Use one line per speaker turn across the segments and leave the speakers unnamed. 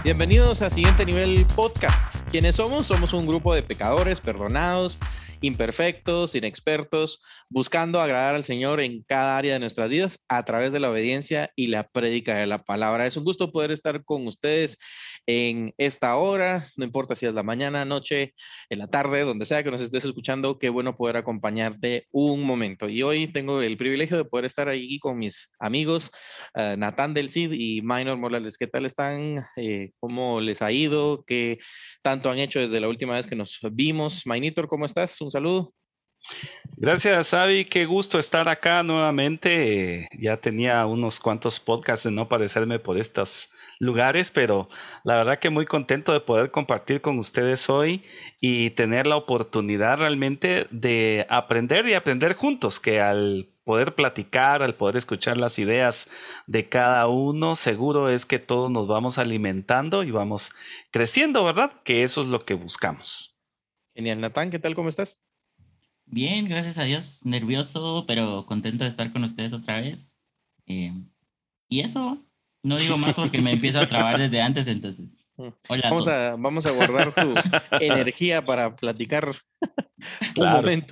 Bienvenidos a Siguiente Nivel Podcast. ¿Quiénes somos? Somos un grupo de pecadores, perdonados, imperfectos, inexpertos, buscando agradar al Señor en cada área de nuestras vidas a través de la obediencia y la prédica de la palabra. Es un gusto poder estar con ustedes en esta hora, no importa si es la mañana, noche, en la tarde, donde sea que nos estés escuchando, qué bueno poder acompañarte un momento. Y hoy tengo el privilegio de poder estar ahí con mis amigos, Natán del Cid y Minor Morales. ¿Qué tal están? ¿Cómo les ha ido? ¿Qué tanto han hecho desde la última vez que nos vimos? Mainitor, ¿cómo estás? Un saludo.
Gracias, Avi. Qué gusto estar acá nuevamente. Ya tenía unos cuantos podcasts de no aparecerme por estos lugares, pero la verdad que muy contento de poder compartir con ustedes hoy y tener la oportunidad realmente de aprender y aprender juntos, que al poder platicar, al poder escuchar las ideas de cada uno, seguro es que todos nos vamos alimentando y vamos creciendo, ¿verdad? Que eso es lo que buscamos.
Genial. Natán, ¿qué tal? ¿Cómo estás?
Bien, gracias a Dios. Nervioso, pero contento de estar con ustedes otra vez. Eh, y eso, no digo más porque me empiezo a trabar desde antes, entonces. Hola a
Vamos
todos.
a, vamos a guardar tu energía para platicar un
Claro.
momento.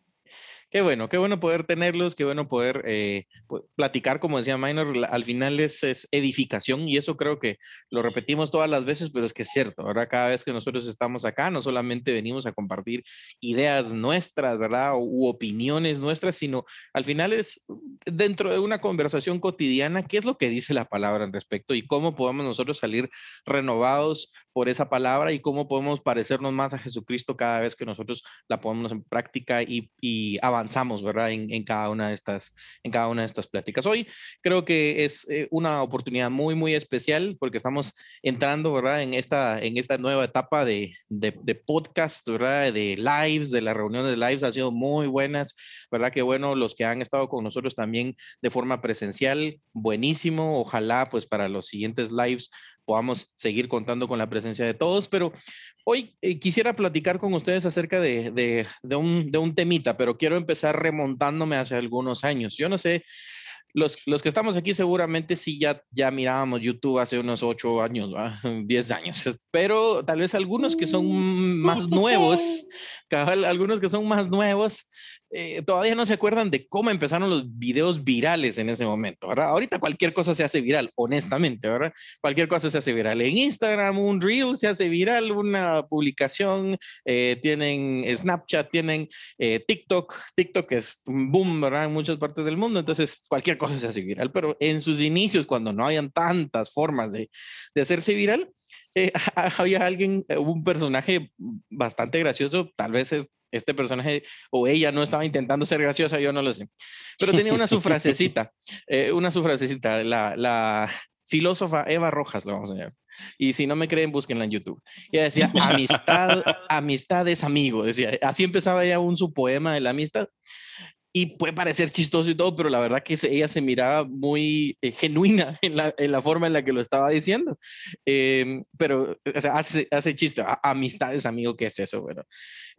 Qué bueno poder tenerlos, qué bueno poder platicar, como decía Minor, al final es edificación y eso creo que lo repetimos todas las veces, pero es que es cierto, ¿verdad? Cada vez que nosotros estamos acá, no solamente venimos a compartir ideas nuestras, ¿verdad? U opiniones nuestras, sino al final es dentro de una conversación cotidiana, ¿qué es lo que dice la palabra al respecto y cómo podemos nosotros salir renovados por esa palabra y cómo podemos parecernos más a Jesucristo cada vez que nosotros la ponemos en práctica y avanzamos, ¿verdad? En cada una de estas pláticas. Hoy creo que es una oportunidad muy, muy especial porque estamos entrando, ¿verdad? En esta nueva etapa de podcast, ¿verdad? De lives, de las reuniones de lives, han sido muy buenas, ¿verdad? Qué bueno los que han estado con nosotros también de forma presencial, buenísimo. Ojalá, pues, para los siguientes lives podamos seguir contando con la presencia de todos, pero hoy quisiera platicar con ustedes acerca de un temita, pero quiero empezar remontándome hace algunos años. Yo no sé, los que estamos aquí seguramente sí ya mirábamos YouTube hace unos 8 años, 10 años, pero tal vez algunos que son más nuevos, algunos que son más nuevos, todavía no se acuerdan de cómo empezaron los videos virales en ese momento, ¿verdad? Ahorita cualquier cosa se hace viral, honestamente, ¿verdad? Cualquier cosa se hace viral. En Instagram, un reel se hace viral, una publicación, tienen Snapchat, tienen TikTok es un boom, ¿verdad? En muchas partes del mundo, entonces cualquier cosa se hace viral, pero en sus inicios, cuando no habían tantas formas de hacerse viral, había alguien, un personaje bastante gracioso, tal vez este personaje o ella no estaba intentando ser graciosa, yo no lo sé, pero tenía una su frasecita, la filósofa Eva Rojas, lo vamos a llamar. Y si no me creen, búsquenla en YouTube. Ella decía, amistad es amigo, decía. Así empezaba ya su poema de la amistad. Y puede parecer chistoso y todo, pero la verdad que ella se miraba muy genuina en la forma en la que lo estaba diciendo. Pero o sea, hace chiste, amistades, amigo, ¿qué es eso? Bueno,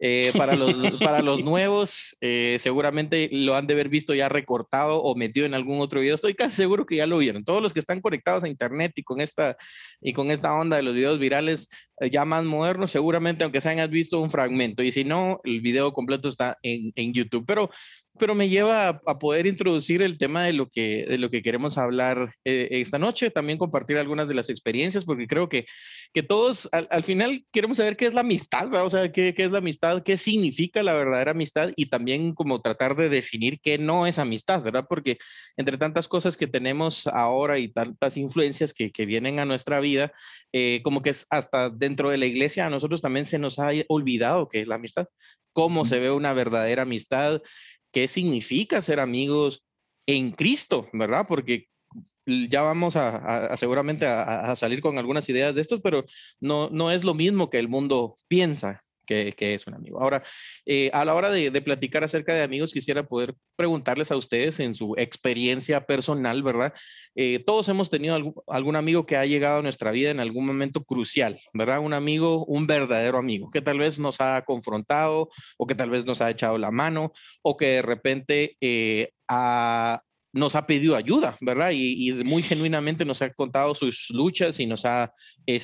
para los nuevos, seguramente lo han de haber visto ya recortado o metido en algún otro video. Estoy casi seguro que ya lo vieron. Todos los que están conectados a internet y con esta onda de los videos virales ya más modernos, seguramente, aunque se hayan visto un fragmento. Y si no, el video completo está en YouTube. Pero me lleva a poder introducir el tema de lo que queremos hablar esta noche, también compartir algunas de las experiencias, porque creo que todos al final queremos saber qué es la amistad, ¿verdad? O sea, qué es la amistad, qué significa la verdadera amistad y también como tratar de definir qué no es amistad, ¿verdad? Porque entre tantas cosas que tenemos ahora y tantas influencias que vienen a nuestra vida, como que es hasta dentro de la iglesia a nosotros también se nos ha olvidado qué es la amistad, cómo se ve una verdadera amistad, qué significa ser amigos en Cristo, ¿verdad? Porque ya vamos seguramente a salir con algunas ideas de estos, pero no es lo mismo que el mundo piensa que es un amigo. Ahora, a la hora de platicar acerca de amigos, quisiera poder preguntarles a ustedes en su experiencia personal, ¿verdad? Todos hemos tenido algún amigo que ha llegado a nuestra vida en algún momento crucial, ¿verdad? Un amigo, un verdadero amigo, que tal vez nos ha confrontado o que tal vez nos ha echado la mano o que de repente nos ha pedido ayuda, ¿verdad? Y muy genuinamente nos ha contado sus luchas y nos ha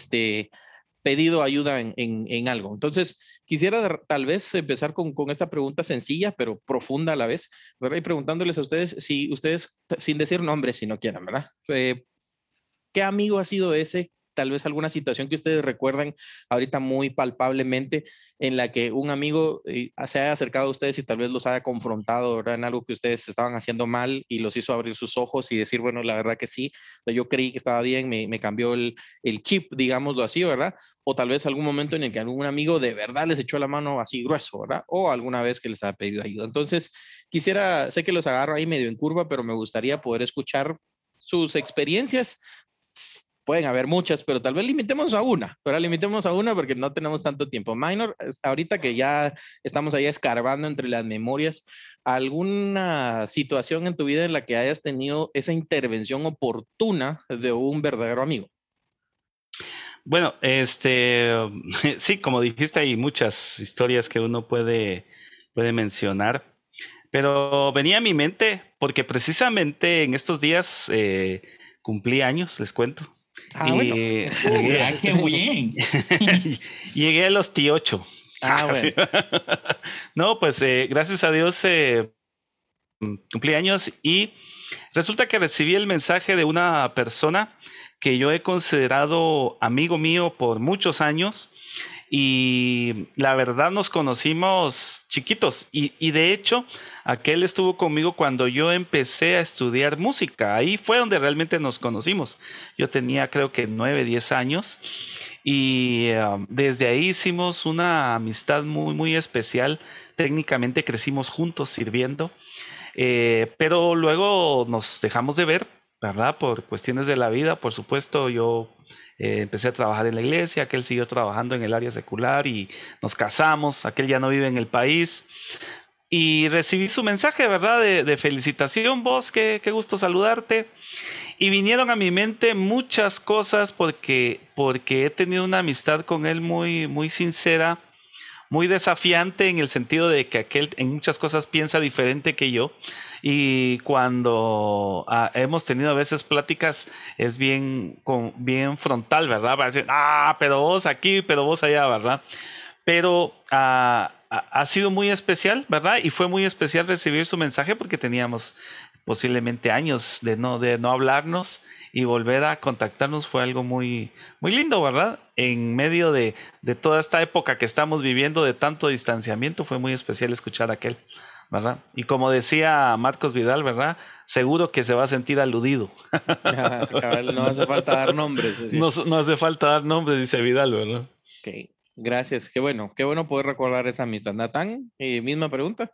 pedido ayuda en algo. Entonces, quisiera tal vez empezar con esta pregunta sencilla, pero profunda a la vez, ¿verdad? Y preguntándoles a ustedes, si ustedes, sin decir nombres, si no quieren, ¿verdad? ¿Qué amigo ha sido ese? Tal vez alguna situación que ustedes recuerdan ahorita muy palpablemente en la que un amigo se haya acercado a ustedes y tal vez los haya confrontado, ¿verdad? En algo que ustedes estaban haciendo mal y los hizo abrir sus ojos y decir, bueno, la verdad que sí, yo creí que estaba bien, me cambió el chip, digámoslo así, ¿verdad? O tal vez algún momento en el que algún amigo de verdad les echó la mano así grueso, ¿verdad? O alguna vez que les ha pedido ayuda. Entonces, sé que los agarro ahí medio en curva, pero me gustaría poder escuchar sus experiencias. Pueden haber muchas, pero tal vez limitemos a una, pero limitemos a una porque no tenemos tanto tiempo. Minor, ahorita que ya estamos ahí escarbando entre las memorias, ¿alguna situación en tu vida en la que hayas tenido esa intervención oportuna de un verdadero amigo?
Bueno, sí, como dijiste, hay muchas historias que uno puede mencionar, pero venía a mi mente porque precisamente en estos días cumplí años, les cuento.
Bueno.
Y
Ah, qué bien.
llegué a los T8.
Bueno.
No, pues gracias a Dios cumplí años y resulta que recibí el mensaje de una persona que yo he considerado amigo mío por muchos años y la verdad nos conocimos chiquitos y de hecho aquel estuvo conmigo cuando yo empecé a estudiar música. Ahí fue donde realmente nos conocimos. Yo tenía creo que 9, 10 años y desde ahí hicimos una amistad muy, muy especial. Técnicamente crecimos juntos sirviendo, pero luego nos dejamos de ver, ¿verdad? Por cuestiones de la vida, por supuesto, yo empecé a trabajar en la iglesia, aquel siguió trabajando en el área secular y nos casamos, aquel ya no vive en el país. Y recibí su mensaje, ¿verdad? De felicitación, vos, qué gusto saludarte. Y vinieron a mi mente muchas cosas porque he tenido una amistad con él muy, muy sincera, muy desafiante en el sentido de que aquel en muchas cosas piensa diferente que yo y cuando hemos tenido a veces pláticas es bien frontal, ¿verdad? Va a decir, pero vos aquí, pero vos allá, ¿verdad? Pero ha sido muy especial, ¿verdad? Y fue muy especial recibir su mensaje porque teníamos posiblemente años de no hablarnos y volver a contactarnos fue algo muy, muy lindo, ¿verdad? En medio de toda esta época que estamos viviendo de tanto distanciamiento, fue muy especial escuchar a aquel, ¿verdad? Y como decía Marcos Vidal, ¿verdad? Seguro que se va a sentir aludido.
Cabal, no hace falta dar nombres.
No hace falta dar nombres, dice Vidal, ¿verdad?
Ok, gracias. Qué bueno poder recordar esa amistad. Natán, misma pregunta.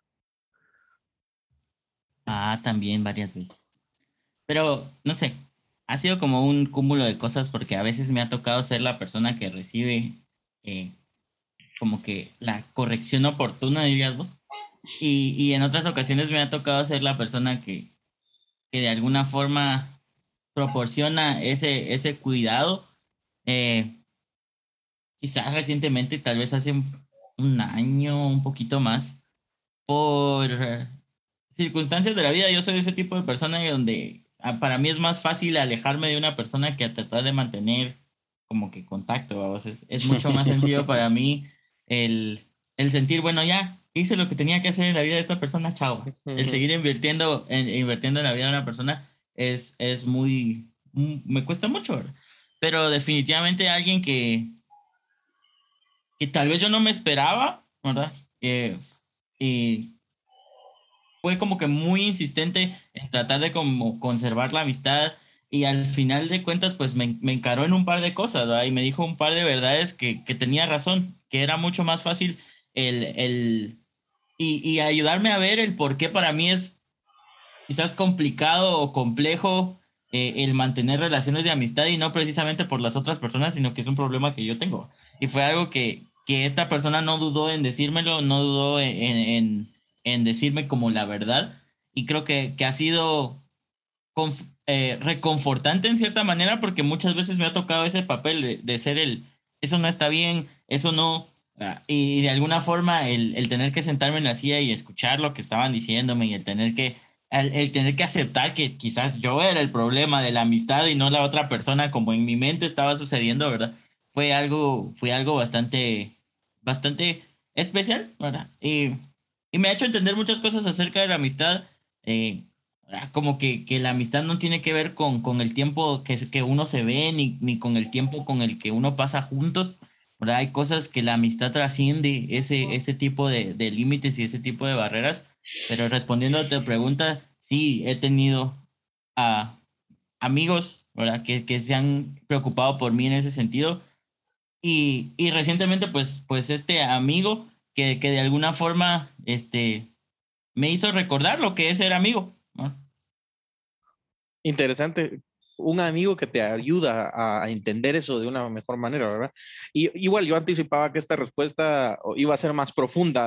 También varias veces. Pero, no sé, ha sido como un cúmulo de cosas porque a veces me ha tocado ser la persona que recibe eh, como que la corrección oportuna, dirías vos. Y en otras ocasiones me ha tocado ser la persona que de alguna forma proporciona ese cuidado. Eh, Quizás recientemente, tal vez hace un año, un poquito más, por circunstancias de la vida, yo soy ese tipo de persona donde para mí es más fácil alejarme de una persona que a tratar de mantener como que contacto, vamos. Es mucho más sencillo para mí el, el sentir, bueno, ya hice lo que tenía que hacer en la vida de esta persona, chao. El seguir invirtiendo en la vida de una persona es me cuesta mucho, ¿verdad? Pero definitivamente alguien que tal vez yo no me esperaba, ¿verdad? Y fue como que muy insistente en tratar de como conservar la amistad y al final de cuentas pues me encaró en un par de cosas, ¿verdad? Y me dijo un par de verdades que tenía razón, que era mucho más fácil y ayudarme a ver el por qué para mí es quizás complicado o complejo el mantener relaciones de amistad y no precisamente por las otras personas, sino que es un problema que yo tengo. Y fue algo que esta persona no dudó en decírmelo, no dudó en decirme como la verdad. Y creo que ha sido reconfortante en cierta manera porque muchas veces me ha tocado ese papel de ser eso no está bien, eso no. Y de alguna forma el tener que sentarme en la silla y escuchar lo que estaban diciéndome y el tener que el tener que aceptar que quizás yo era el problema de la amistad y no la otra persona, como en mi mente estaba sucediendo, ¿verdad? Fue algo bastante especial, ¿verdad? Y me ha hecho entender muchas cosas acerca de la amistad, como que la amistad no tiene que ver con el tiempo que uno se ve, ni con el tiempo con el que uno pasa juntos, ¿verdad? Hay cosas que la amistad trasciende ese tipo de límites y ese tipo de barreras. Pero respondiendo a tu pregunta, sí, he tenido a amigos, ¿verdad? Que se han preocupado por mí en ese sentido. Y recientemente, pues este amigo que de alguna forma me hizo recordar lo que es ser amigo, ¿no?
Interesante. Un amigo que te ayuda a entender eso de una mejor manera, ¿verdad? Y igual yo anticipaba que esta respuesta iba a ser más profunda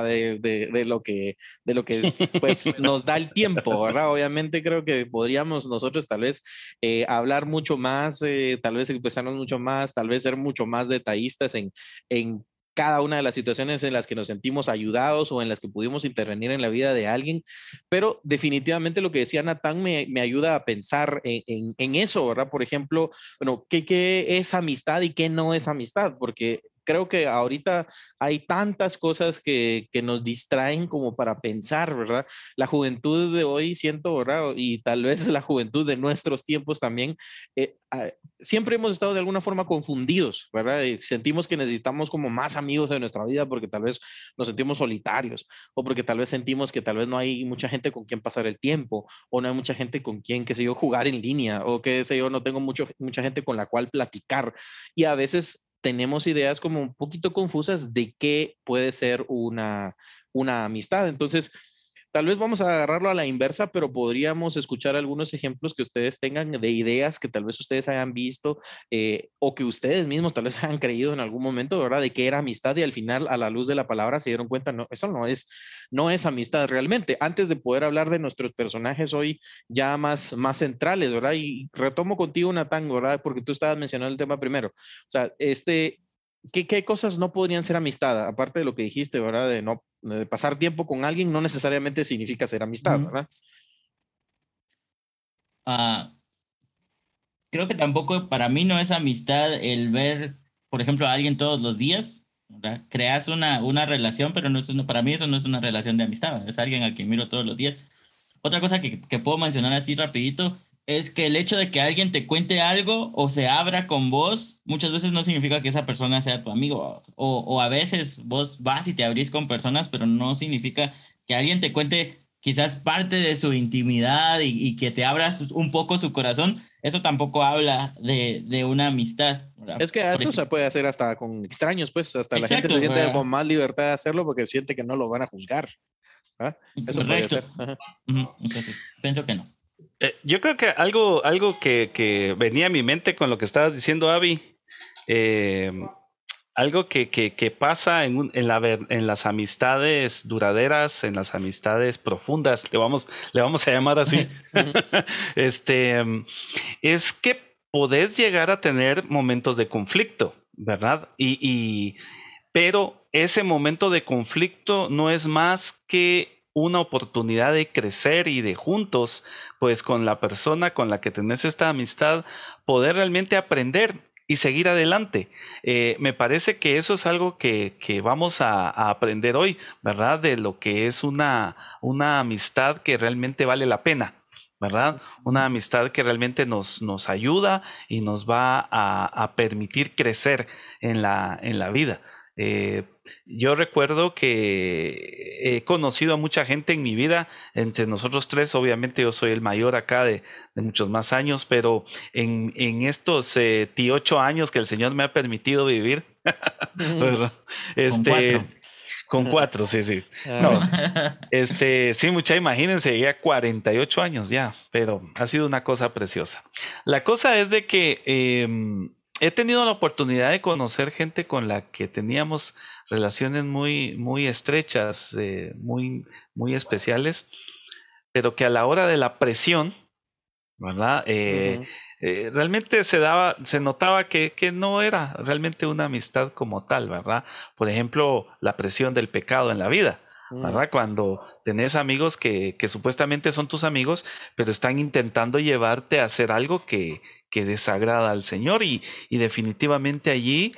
de lo que pues nos da el tiempo, ¿verdad? Obviamente creo que podríamos nosotros tal vez hablar mucho más, tal vez expresarnos mucho más, tal vez ser mucho más detallistas en cada una de las situaciones en las que nos sentimos ayudados o en las que pudimos intervenir en la vida de alguien, pero definitivamente lo que decía Natán me ayuda a pensar en eso, ¿verdad? Por ejemplo, bueno, ¿qué es amistad y qué no es amistad? Porque creo que ahorita hay tantas cosas que nos distraen como para pensar, ¿verdad? La juventud de hoy, siento, ¿verdad? Y tal vez la juventud de nuestros tiempos también, siempre hemos estado de alguna forma confundidos, ¿verdad? Y sentimos que necesitamos como más amigos en nuestra vida porque tal vez nos sentimos solitarios o porque tal vez sentimos que tal vez no hay mucha gente con quien pasar el tiempo, o no hay mucha gente con quien, qué sé yo, jugar en línea, o qué sé yo, no tengo mucha gente con la cual platicar. Y a veces tenemos ideas como un poquito confusas de qué puede ser una amistad. Entonces, tal vez vamos a agarrarlo a la inversa, pero podríamos escuchar algunos ejemplos que ustedes tengan de ideas que tal vez ustedes hayan visto o que ustedes mismos tal vez hayan creído en algún momento, ¿verdad? De que era amistad y al final a la luz de la palabra se dieron cuenta, no, eso no es amistad realmente. Antes de poder hablar de nuestros personajes hoy ya más centrales, ¿verdad? Y retomo contigo, Natán, ¿verdad? Porque tú estabas mencionando el tema primero. O sea, ¿qué cosas no podrían ser amistad? Aparte de lo que dijiste, ¿verdad? De pasar tiempo con alguien no necesariamente significa ser amistad,
Ujú.
¿verdad?
Ah, Creo que tampoco para mí no es amistad el ver, por ejemplo, a alguien todos los días, ¿verdad? Creas una relación, pero para mí eso no es una relación de amistad, es alguien a quien miro todos los días. Otra cosa que puedo mencionar así rapidito es que el hecho de que alguien te cuente algo o se abra con vos muchas veces no significa que esa persona sea tu amigo. O a veces vos vas y te abrís con personas, pero no significa que alguien te cuente quizás parte de su intimidad y que te abras un poco su corazón. Eso tampoco habla de una amistad, ¿verdad?
Es que
Por
esto se
ejemplo,
puede hacer hasta con extraños, pues hasta la gente se
exacto,
siente con
¿verdad?
más libertad de hacerlo porque siente que no lo van a juzgar, ¿verdad? Eso podría
Correcto.
ser. Ajá.
Ujú. Entonces, pienso que no.
Yo creo que algo que venía a mi mente con lo que estabas diciendo, Avi, eh, algo que pasa en las amistades duraderas, en las amistades profundas, le vamos a llamar así,
Ujú.
este, es que podés llegar a tener momentos de conflicto, ¿verdad? Pero ese momento de conflicto no es más que una oportunidad de crecer y de juntos, pues con la persona con la que tenés esta amistad, poder realmente aprender y seguir adelante. Me parece que eso es algo que vamos a aprender hoy, ¿verdad? De lo que es una amistad que realmente vale la pena. ¿Verdad? Una amistad que realmente nos ayuda y nos va a permitir crecer en la vida. Eh, yo recuerdo que he conocido a mucha gente en mi vida, entre nosotros tres, obviamente yo soy el mayor acá de muchos más años, pero en estos 18 años que el Señor me ha permitido vivir,
Ujú.
¿verdad?
Con cuatro.
Este, con cuatro, sí, sí.
Ajá.
No, sí, mucha, imagínense, ya 48 años ya, pero ha sido una cosa preciosa. La cosa es de que he tenido la oportunidad de conocer gente con la que teníamos relaciones muy estrechas, muy especiales, pero que a la hora de la presión, ¿verdad?
Ujú.
Realmente se notaba que no era realmente una amistad como tal, ¿verdad? Por ejemplo, la presión del pecado en la vida. ¿verdad? Cuando tenés amigos que supuestamente son tus amigos, pero están intentando llevarte a hacer algo que desagrada al Señor y definitivamente allí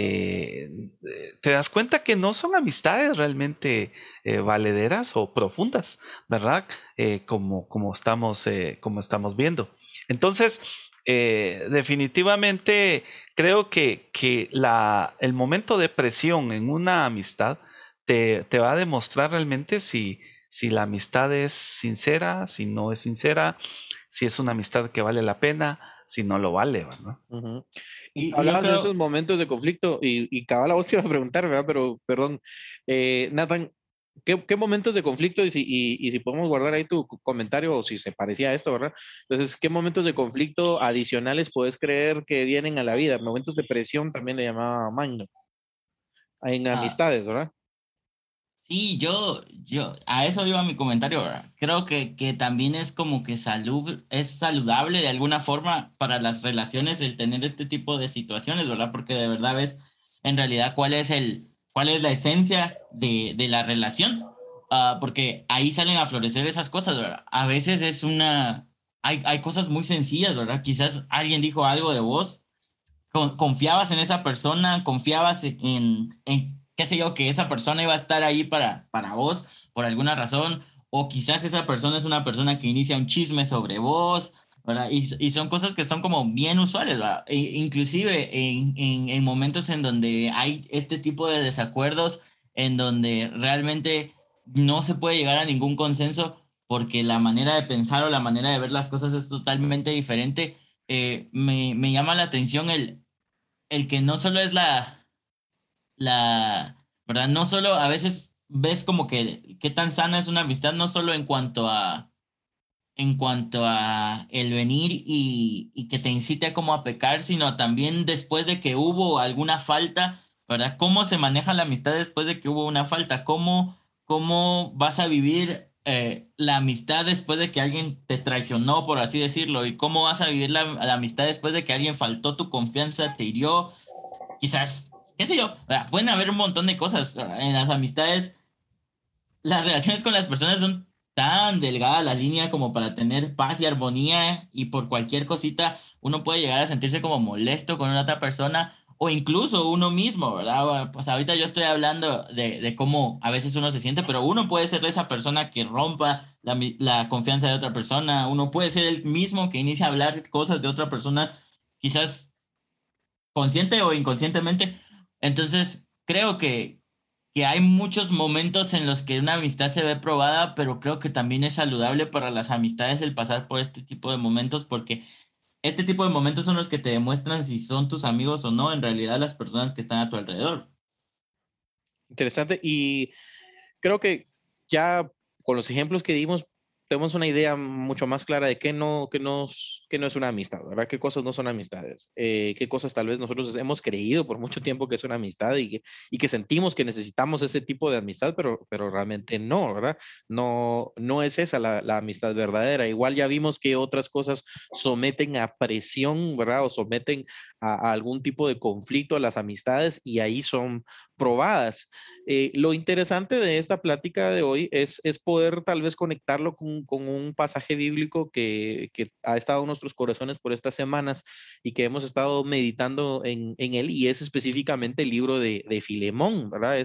te das cuenta que no son amistades realmente valederas o profundas, ¿verdad? Como estamos viendo. Entonces, definitivamente creo que el momento de presión en una amistad te va a demostrar realmente si la amistad es sincera, si no es sincera, si es una amistad que vale la pena, si no lo vale, ¿verdad?
Y
Y yo
hablabas de
creo,
esos momentos de conflicto y cabal a vos te iba a preguntar, ¿verdad? Pero, perdón, Nathan, ¿qué momentos de conflicto y si podemos guardar ahí tu comentario o si se parecía a esto, ¿verdad? Entonces, ¿qué momentos de conflicto adicionales puedes creer que vienen a la vida? Momentos de presión también le llamaba Magno, en
ah,
amistades, ¿verdad?
sí, a eso iba mi comentario, ¿verdad? Creo que también es como que es saludable de alguna forma para las relaciones el tener este tipo de situaciones, ¿verdad? Porque de verdad ves en realidad cuál es la esencia de la relación. Porque ahí salen a florecer esas cosas, ¿verdad? A veces hay cosas muy sencillas, ¿verdad? Quizás alguien dijo algo de vos, confiabas en esa persona, confiabas qué sé yo, que esa persona iba a estar ahí para vos por alguna razón, o quizás esa persona es una persona que inicia un chisme sobre vos, ¿verdad? Y son cosas que son como bien usuales, ¿verdad? Inclusive en momentos en donde hay este tipo de desacuerdos, en donde realmente no se puede llegar a ningún consenso porque la manera de pensar o la manera de ver las cosas es totalmente diferente. Me llama la atención el que no solo es ¿verdad? No solo a veces ves como que qué tan sana es una amistad, no solo en cuanto a el venir y que te incite como a pecar, sino también después de que hubo alguna falta, ¿verdad? ¿Cómo se maneja la amistad después de que hubo una falta? ¿Cómo vas a vivir la amistad después de que alguien te traicionó, por así decirlo? ¿Y cómo vas a vivir la amistad después de que alguien faltó tu confianza, te hirió? Quizás, qué sé yo, ¿verdad? Pueden haber un montón de cosas, ¿verdad? En las amistades. Las relaciones con las personas son tan delgadas la línea como para tener paz y armonía, y por cualquier cosita uno puede llegar a sentirse como molesto con una otra persona o incluso uno mismo, ¿verdad? Bueno, pues ahorita yo estoy hablando de cómo a veces uno se siente, pero uno puede ser esa persona que rompa la confianza de otra persona, uno puede ser el mismo que inicia a hablar cosas de otra persona, quizás consciente o inconscientemente. Entonces, creo que hay muchos momentos en los que una amistad se ve probada, pero creo que también es saludable para las amistades el pasar por este tipo de momentos, porque este tipo de momentos son los que te demuestran si son tus amigos o no, en realidad las personas que están a tu alrededor.
Interesante. Y creo que ya con los ejemplos que dimos, tenemos una idea mucho más clara de qué no es una amistad, ¿verdad? Qué cosas no son amistades, qué cosas tal vez nosotros hemos creído por mucho tiempo que es una amistad y que sentimos que necesitamos ese tipo de amistad, pero realmente no, ¿verdad? No es esa la amistad verdadera. Igual ya vimos que otras cosas someten a presión, ¿verdad? O someten a algún tipo de conflicto a las amistades y ahí son probadas. Lo interesante de esta plática de hoy es poder tal vez conectarlo con un pasaje bíblico que ha estado en nuestros corazones por estas semanas y que hemos estado meditando en él, y es específicamente el libro de Filemón, ¿verdad?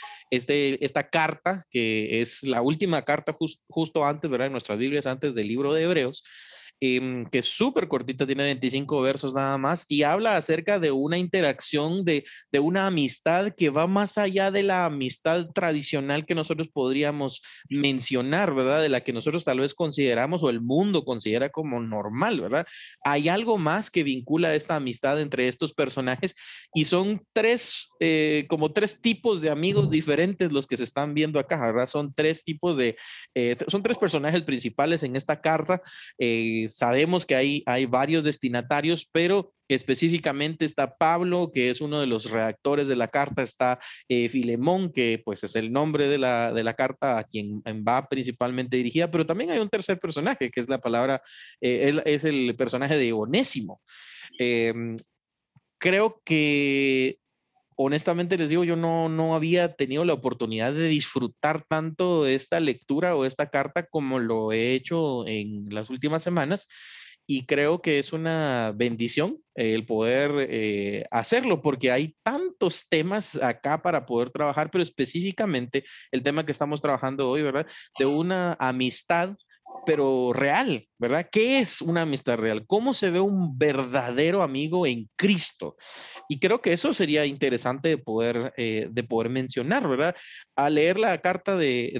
Esta carta, que es la última carta justo antes, ¿verdad? En nuestras Biblias, antes del libro de Hebreos, que es súper cortita, tiene 25 versos nada más, y habla acerca de una interacción de una amistad que va más allá de la amistad tradicional que nosotros podríamos mencionar, ¿verdad? De la que nosotros tal vez consideramos o el mundo considera como normal, ¿verdad? Hay algo más que vincula esta amistad entre estos personajes y son como tres tipos de amigos diferentes los que se están viendo acá, ¿verdad? Son tres personajes principales en esta carta. Sabemos que hay varios destinatarios, pero específicamente está Pablo, que es uno de los redactores de la carta, está Filemón, que pues es el nombre de la carta a quien va principalmente dirigida, pero también hay un tercer personaje, que es la palabra, es el personaje de Onésimo. Eh, Creo que honestamente les digo, yo no había tenido la oportunidad de disfrutar tanto esta lectura o esta carta como lo he hecho en las últimas semanas. Y creo que es una bendición el poder hacerlo, porque hay tantos temas acá para poder trabajar, pero específicamente el tema que estamos trabajando hoy, ¿verdad? De una amistad, pero real, ¿verdad? ¿Qué es una amistad real? ¿Cómo se ve un verdadero amigo en Cristo? Y creo que eso sería interesante de poder mencionar, ¿verdad? Al leer la carta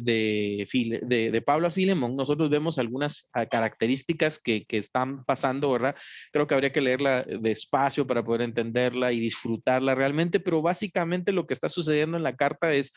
de Pablo a Filemón, nosotros vemos algunas características que están pasando, ¿verdad? Creo que habría que leerla despacio para poder entenderla y disfrutarla realmente, pero básicamente lo que está sucediendo en la carta es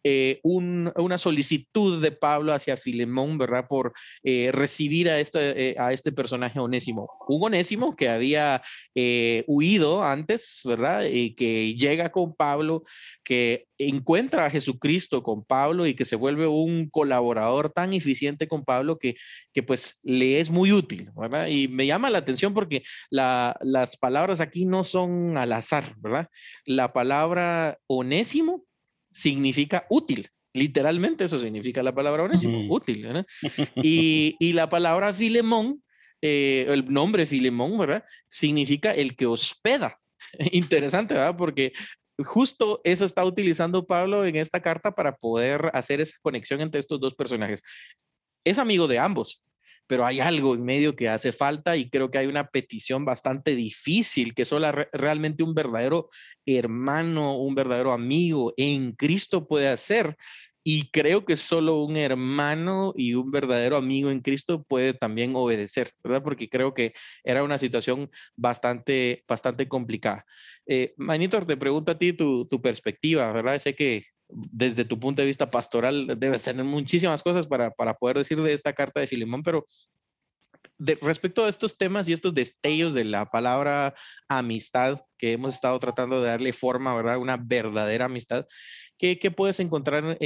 una solicitud de Pablo hacia Filemón, ¿verdad? Por recibir a este personaje Onésimo. Un Onésimo que había huido antes, ¿verdad? Y que llega con Pablo, que encuentra a Jesucristo con Pablo y que se vuelve un colaborador tan eficiente con Pablo que pues le es muy útil, ¿verdad? Y me llama la atención porque las palabras aquí no son al azar, ¿verdad? La palabra onésimo significa útil. Literalmente eso significa la palabra onésimo, útil, ¿verdad? Y la palabra Filemón, el nombre Filemón, ¿verdad? Significa el que hospeda. Interesante, ¿verdad? Porque justo eso está utilizando Pablo en esta carta para poder hacer esa conexión entre estos dos personajes. Es amigo de ambos, pero hay algo en medio que hace falta y creo que hay una petición bastante difícil que solo realmente un verdadero hermano, un verdadero amigo en Cristo puede hacer. Y creo que solo un hermano y un verdadero amigo en Cristo puede también obedecer, ¿verdad? Porque creo que era una situación bastante complicada. Manito, te pregunto a ti tu perspectiva, ¿verdad? Sé que desde tu punto de vista pastoral debes tener muchísimas cosas para poder decir de esta carta de Filemón, pero respecto a estos temas y estos destellos de la palabra amistad que hemos estado tratando de darle forma, ¿verdad? Una verdadera amistad. ¿Qué puedes encontrar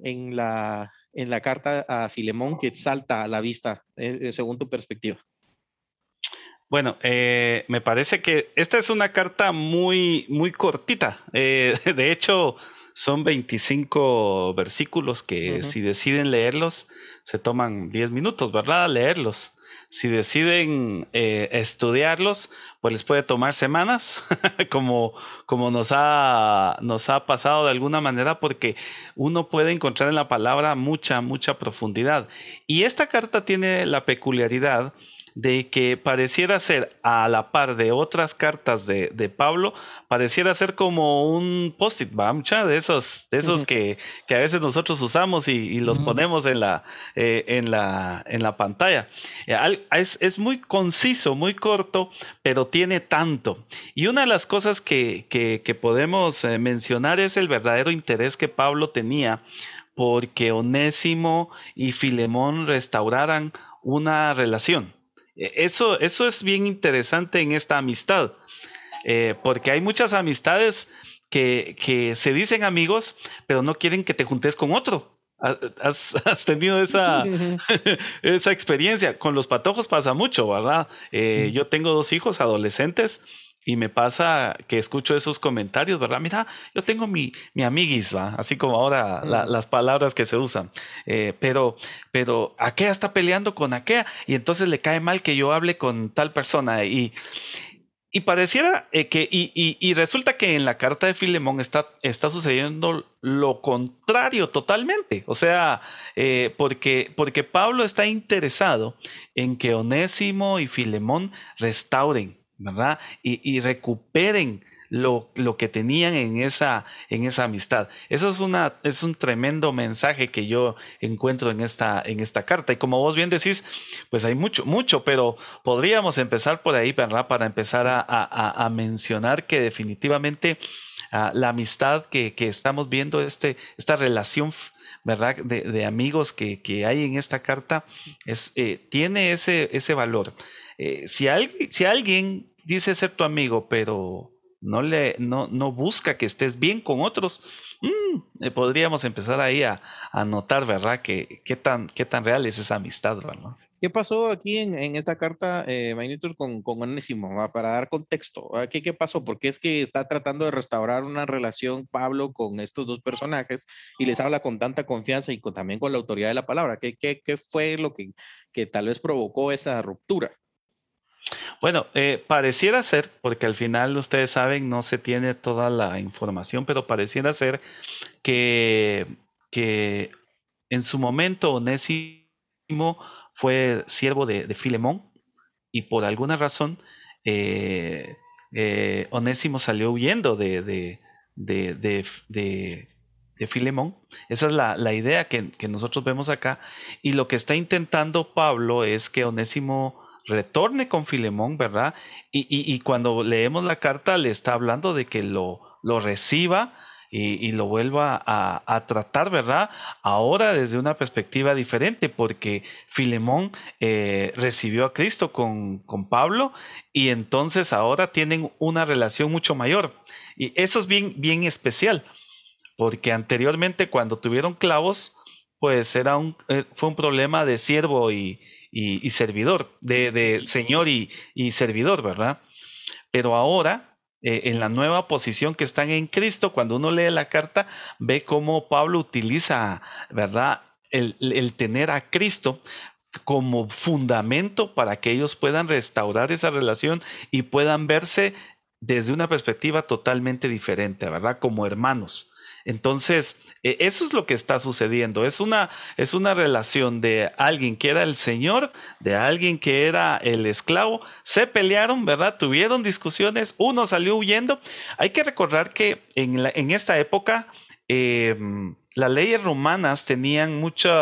en la carta a Filemón que salta a la vista según tu perspectiva?
Bueno, me parece que esta es una carta muy, muy cortita. De hecho, son 25 versículos que si deciden leerlos, se toman 10 minutos, ¿verdad? Leerlos. Si deciden estudiarlos, pues les puede tomar semanas, como nos ha pasado de alguna manera, porque uno puede encontrar en la palabra mucha, mucha profundidad. Y esta carta tiene la peculiaridad de que pareciera ser a la par de otras cartas de Pablo, pareciera ser como un post-it, ¿va? Mucha de esos que a veces nosotros usamos y los ponemos en la pantalla. Es muy conciso, muy corto, pero tiene tanto. Y una de las cosas que podemos mencionar es el verdadero interés que Pablo tenía porque Onésimo y Filemón restauraran una relación. Eso es bien interesante en esta amistad, porque hay muchas amistades que se dicen amigos, pero no quieren que te juntes con otro. ¿Has tenido esa experiencia? Con los patojos pasa mucho, ¿verdad? Yo tengo 2 hijos adolescentes y me pasa que escucho esos comentarios, ¿verdad? Mira, yo tengo mi amiguis, ¿va? Así como ahora las palabras que se usan. Pero aquella está peleando con aquella y entonces le cae mal que yo hable con tal persona. Y pareciera y resulta que en la carta de Filemón está sucediendo lo contrario totalmente. O sea, porque Pablo está interesado en que Onésimo y Filemón restauren, ¿verdad? Y recuperen lo que tenían en esa amistad. Eso es un tremendo mensaje que yo encuentro en esta carta. Y como vos bien decís, pues hay mucho, pero podríamos empezar por ahí, ¿verdad? Para empezar a mencionar que definitivamente la amistad que estamos viendo, esta relación, ¿verdad? De amigos que hay en esta carta, tiene ese valor. Si alguien dice ser tu amigo, pero no busca que estés bien con otros, Podríamos empezar ahí a notar, ¿verdad? Qué tan real es esa amistad, ¿verdad?
¿Qué pasó aquí en esta carta, Mainitos, con Onésimo? Para dar contexto, ¿qué pasó? Porque es que está tratando de restaurar una relación Pablo con estos dos personajes y les habla con tanta confianza y también con la autoridad de la palabra. ¿Qué fue lo que tal vez provocó esa ruptura?
Bueno, pareciera ser, porque al final ustedes saben, no se tiene toda la información, pero pareciera ser que, que en su momento Onésimo fue siervo de Filemón y por alguna razón Onésimo salió huyendo de Filemón. Esa es la idea que nosotros vemos acá. Y lo que está intentando Pablo es que Onésimo retorne con Filemón, ¿verdad? Y cuando leemos la carta le está hablando de que lo reciba y lo vuelva a tratar, ¿verdad? Ahora desde una perspectiva diferente, porque Filemón recibió a Cristo con Pablo y entonces ahora tienen una relación mucho mayor. Y eso es bien especial, porque anteriormente cuando tuvieron clavos, pues fue un problema de siervo y servidor, de señor y servidor, ¿verdad? Pero ahora, en la nueva posición que están en Cristo, cuando uno lee la carta, ve cómo Pablo utiliza, ¿verdad? El tener a Cristo como fundamento para que ellos puedan restaurar esa relación y puedan verse desde una perspectiva totalmente diferente, ¿verdad? Como hermanos. Entonces, eso es lo que está sucediendo. Es una relación de alguien que era el Señor, de alguien que era el esclavo. Se pelearon, ¿verdad? Tuvieron discusiones, uno salió huyendo. Hay que recordar que en esta época las leyes romanas tenían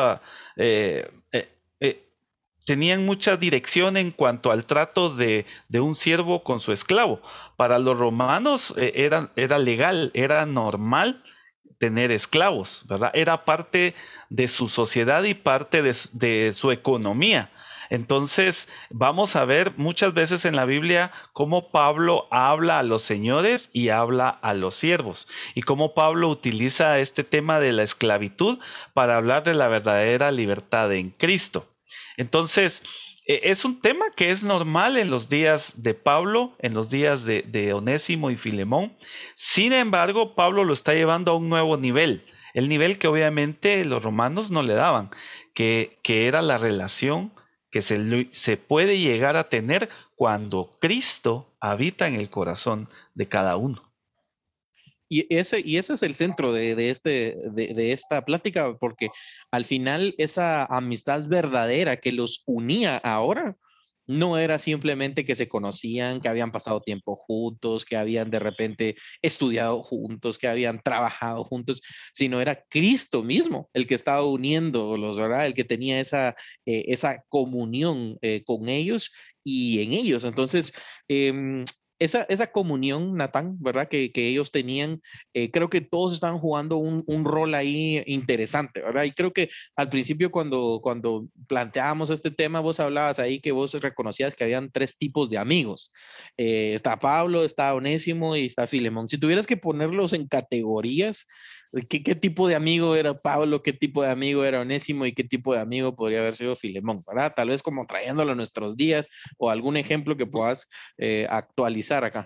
tenían mucha dirección en cuanto al trato de un siervo con su esclavo. Para los romanos era legal, era normal tener esclavos, ¿verdad? Era parte de su sociedad y parte de su economía. Entonces, vamos a ver muchas veces en la Biblia cómo Pablo habla a los señores y habla a los siervos, y cómo Pablo utiliza este tema de la esclavitud para hablar de la verdadera libertad en Cristo. Entonces, es un tema que es normal en los días de Pablo, en los días de Onésimo y Filemón. Sin embargo, Pablo lo está llevando a un nuevo nivel, el nivel que obviamente los romanos no le daban, que era la relación que se puede llegar a tener cuando Cristo habita en el corazón de cada uno.
Y ese es el centro de esta plática, porque al final esa amistad verdadera que los unía ahora no era simplemente que se conocían, que habían pasado tiempo juntos, que habían de repente estudiado juntos, que habían trabajado juntos, sino era Cristo mismo el que estaba uniéndolos, ¿verdad? El que tenía esa comunión con ellos y en ellos. Entonces, esa comunión, Natán, ¿verdad? Que ellos tenían, creo que todos estaban jugando un rol ahí interesante, ¿verdad? Y creo que al principio cuando planteábamos este tema, vos hablabas ahí que vos reconocías que habían tres tipos de amigos. Está Pablo, está Onésimo y está Filemón. Si tuvieras que ponerlos en categorías, ¿qué tipo de amigo era Pablo? ¿Qué tipo de amigo era Onésimo? ¿Y qué tipo de amigo podría haber sido Filemón? ¿Verdad? Tal vez como trayéndolo a nuestros días o algún ejemplo que puedas actualizar acá.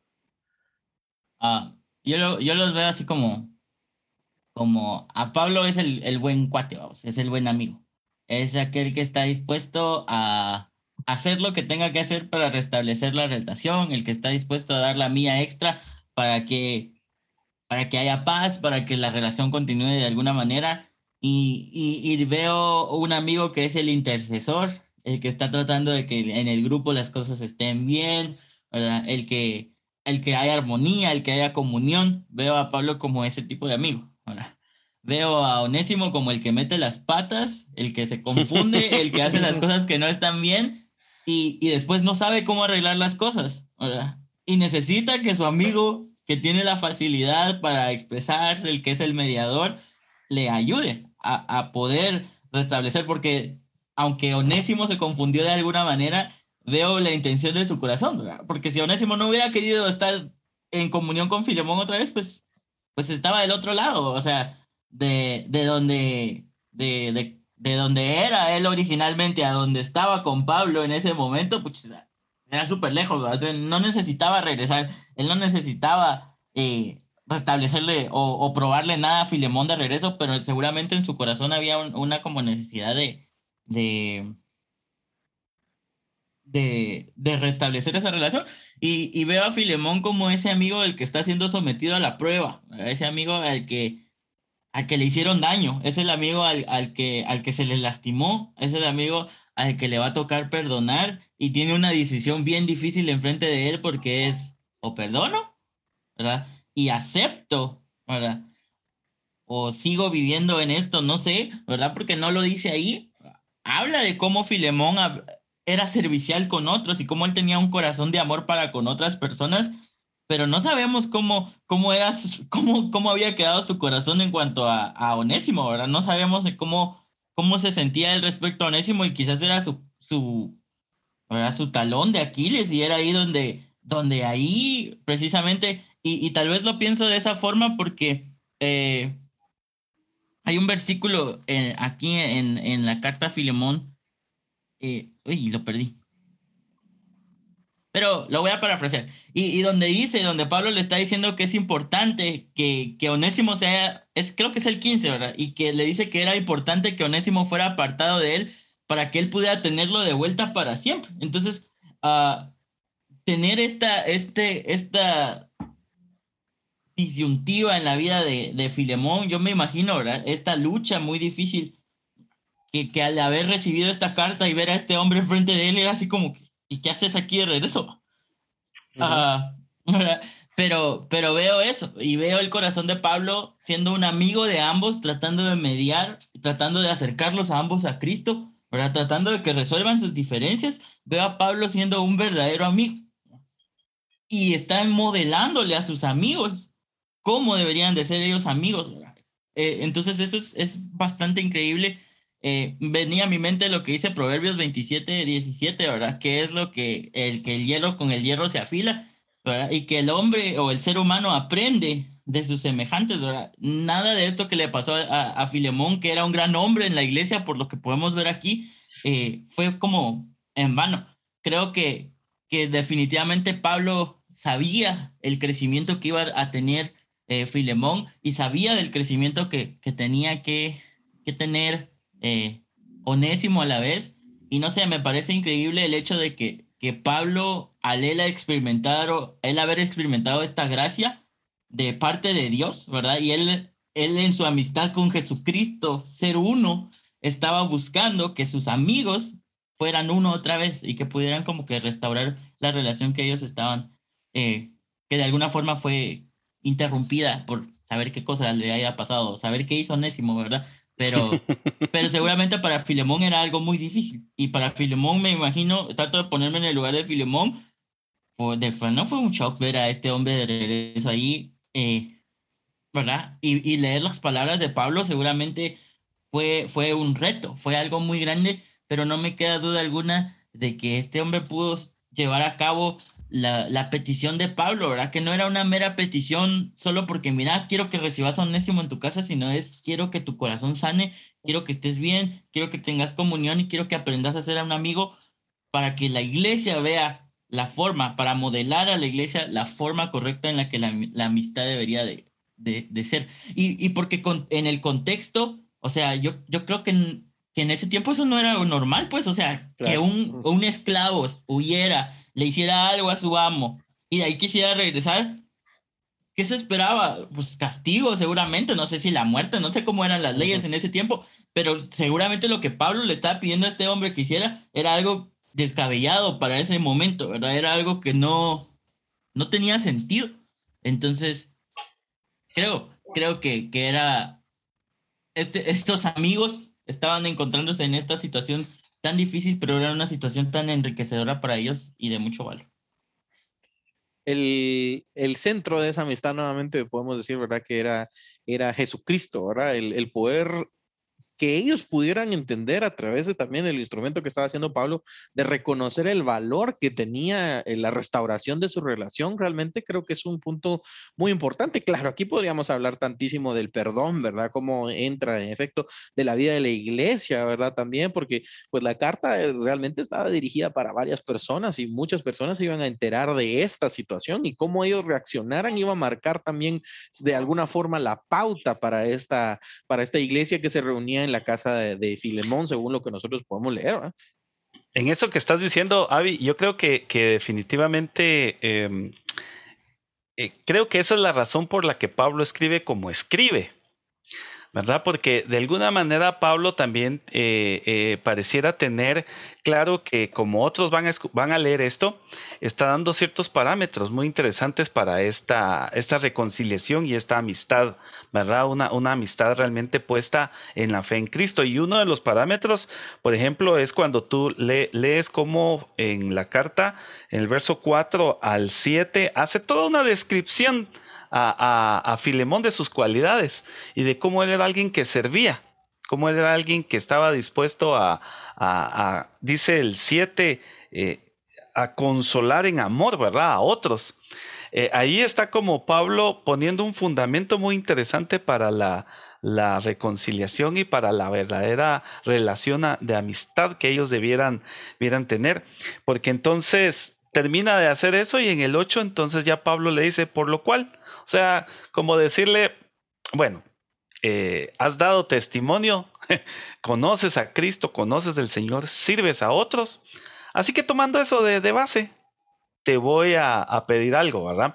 Yo los veo así como a Pablo es el buen cuate, vamos, es el buen amigo. Es aquel que está dispuesto a hacer lo que tenga que hacer para restablecer la relación, el que está dispuesto a dar la milla extra para que haya paz, para que la relación continúe de alguna manera. Y veo un amigo que es el intercesor, el que está tratando de que en el grupo las cosas estén bien, ¿verdad? El que haya armonía, el que haya comunión. Veo a Pablo como ese tipo de amigo, ¿verdad? Veo a Onésimo como el que mete las patas, el que se confunde, el que hace las cosas que no están bien y después no sabe cómo arreglar las cosas, ¿verdad? Y necesita que su amigo, que tiene la facilidad para expresarse, el que es el mediador, le ayude a poder restablecer, porque aunque Onésimo se confundió de alguna manera, veo la intención de su corazón, ¿verdad? Porque si Onésimo no hubiera querido estar en comunión con Filemón otra vez, pues pues estaba del otro lado, o sea, de donde era él originalmente a donde estaba con Pablo en ese momento, pues era súper lejos, ¿verdad? O sea, no necesitaba regresar, él no necesitaba restablecerle o probarle nada a Filemón de regreso, pero seguramente en su corazón había una como necesidad de, de restablecer esa relación. Y veo a Filemón como ese amigo del que está siendo sometido a la prueba, ese amigo al que le hicieron daño, es el amigo al que se le lastimó, es el amigo al que le va a tocar perdonar y tiene una decisión bien difícil enfrente de él porque es o perdono, ¿verdad? Y acepto, ¿verdad? O sigo viviendo en esto, no sé, ¿verdad? Porque no lo dice ahí. Habla de cómo Filemón era servicial con otros y cómo él tenía un corazón de amor para con otras personas, pero no sabemos cómo había quedado su corazón en cuanto a Onésimo, ¿verdad? No sabemos de cómo se sentía él respecto a Onésimo y quizás era ¿verdad? Su talón de Aquiles y era ahí donde ahí precisamente, y tal vez lo pienso de esa forma porque hay un versículo aquí en la carta a Filemón, uy, lo perdí, pero lo voy a parafrasear. Y donde dice, donde Pablo le está diciendo que es importante que Onésimo creo que es el 15, ¿verdad? Y que le dice que era importante que Onésimo fuera apartado de él para que él pudiera tenerlo de vuelta para siempre. Entonces, tener esta disyuntiva en la vida de Filemón, yo me imagino, ¿verdad? Esta lucha muy difícil que al haber recibido esta carta y ver a este hombre enfrente de él era así como, ¿y qué haces aquí de regreso?
Ujú.
¿Verdad? Pero veo eso y veo el corazón de Pablo siendo un amigo de ambos, tratando de mediar, tratando de acercarlos a ambos a Cristo, ¿verdad? Tratando de que resuelvan sus diferencias. Veo a Pablo siendo un verdadero amigo y está modelándole a sus amigos cómo deberían de ser ellos amigos, ¿verdad? Entonces eso es bastante increíble. Venía a mi mente lo que dice Proverbios 27:17, ¿verdad? Que es lo que el hierro con el hierro se afila, ¿verdad? Y que el hombre o el ser humano aprende de sus semejantes, ¿verdad? Nada de esto que le pasó a Filemón, que era un gran hombre en la iglesia, por lo que podemos ver aquí, fue como en vano. Creo que definitivamente Pablo sabía el crecimiento que iba a tener Filemón y sabía del crecimiento que tenía que tener Onésimo a la vez. Y no sé, me parece increíble el hecho de que Pablo, al él haber experimentado esta gracia de parte de Dios, ¿verdad? Y él en su amistad con Jesucristo, ser uno, estaba buscando que sus amigos fueran uno otra vez y que pudieran como que restaurar la relación que ellos estaban, que de alguna forma fue interrumpida por saber qué cosa le haya pasado, saber qué hizo Onésimo, ¿verdad? Pero seguramente para Filemón era algo muy difícil. Y para Filemón, me imagino, trato de ponerme en el lugar de Filemón, no fue un shock ver a este hombre de regreso ahí, ¿verdad? Y leer las palabras de Pablo seguramente fue un reto, fue algo muy grande, pero no me queda duda alguna de que este hombre pudo llevar a cabo la petición de Pablo, ¿verdad? Que no era una mera petición solo porque, mira, quiero que recibas a Onésimo en tu casa, sino quiero que tu corazón sane, quiero que estés bien, quiero que tengas comunión y quiero que aprendas a ser un amigo para que la iglesia vea la forma, para modelar a la iglesia la forma correcta en la que la amistad debería de ser. Y porque en el contexto, o sea, yo creo que en ese tiempo eso no era normal, pues, o sea, que
Claro.
un esclavo huyera, le hiciera algo a su amo y de ahí quisiera regresar. ¿Qué se esperaba? Pues castigo, seguramente. No sé si la muerte, no sé cómo eran las leyes
Ujú.
en ese tiempo, pero seguramente lo que Pablo le estaba pidiendo a este hombre que hiciera era algo descabellado para ese momento, ¿verdad? Era algo que no tenía sentido. Entonces, creo que era, estos amigos estaban encontrándose en esta situación tan difícil, pero era una situación tan enriquecedora para ellos y de mucho valor.
El centro de esa amistad, nuevamente podemos decir, ¿verdad? Que era Jesucristo, ¿verdad? El poder que ellos pudieran entender a través de también el instrumento que estaba haciendo Pablo, de reconocer el valor que tenía la restauración de su relación, realmente creo que es un punto muy importante. Claro, aquí podríamos hablar tantísimo del perdón, ¿verdad? Cómo entra en efecto de la vida de la iglesia, ¿verdad? También porque pues la carta realmente estaba dirigida para varias personas y muchas personas se iban a enterar de esta situación y cómo ellos reaccionaran iba a marcar también de alguna forma la pauta para esta iglesia que se reunía en la casa de Filemón, según lo que nosotros podemos leer, ¿verdad?
En eso que estás diciendo, Avi, yo creo que definitivamente creo que esa es la razón por la que Pablo escribe como escribe, ¿verdad? Porque de alguna manera Pablo también pareciera tener claro que como otros van a leer esto, está dando ciertos parámetros muy interesantes para esta reconciliación y esta amistad, ¿verdad? Una amistad realmente puesta en la fe en Cristo. Y uno de los parámetros, por ejemplo, es cuando tú lees cómo en la carta, en el verso 4 al 7, hace toda una descripción a Filemón de sus cualidades y de cómo él era alguien que servía, cómo él era alguien que estaba dispuesto dice el 7, a consolar en amor, ¿verdad? A otros. Ahí está como Pablo poniendo un fundamento muy interesante para la reconciliación y para la verdadera relación de amistad que ellos debieran tener, porque entonces termina de hacer eso y en el 8 entonces ya Pablo le dice, por lo cual, o sea, como decirle, bueno, has dado testimonio, conoces a Cristo, conoces del Señor, sirves a otros, así que tomando eso de base, te voy a pedir algo, ¿verdad?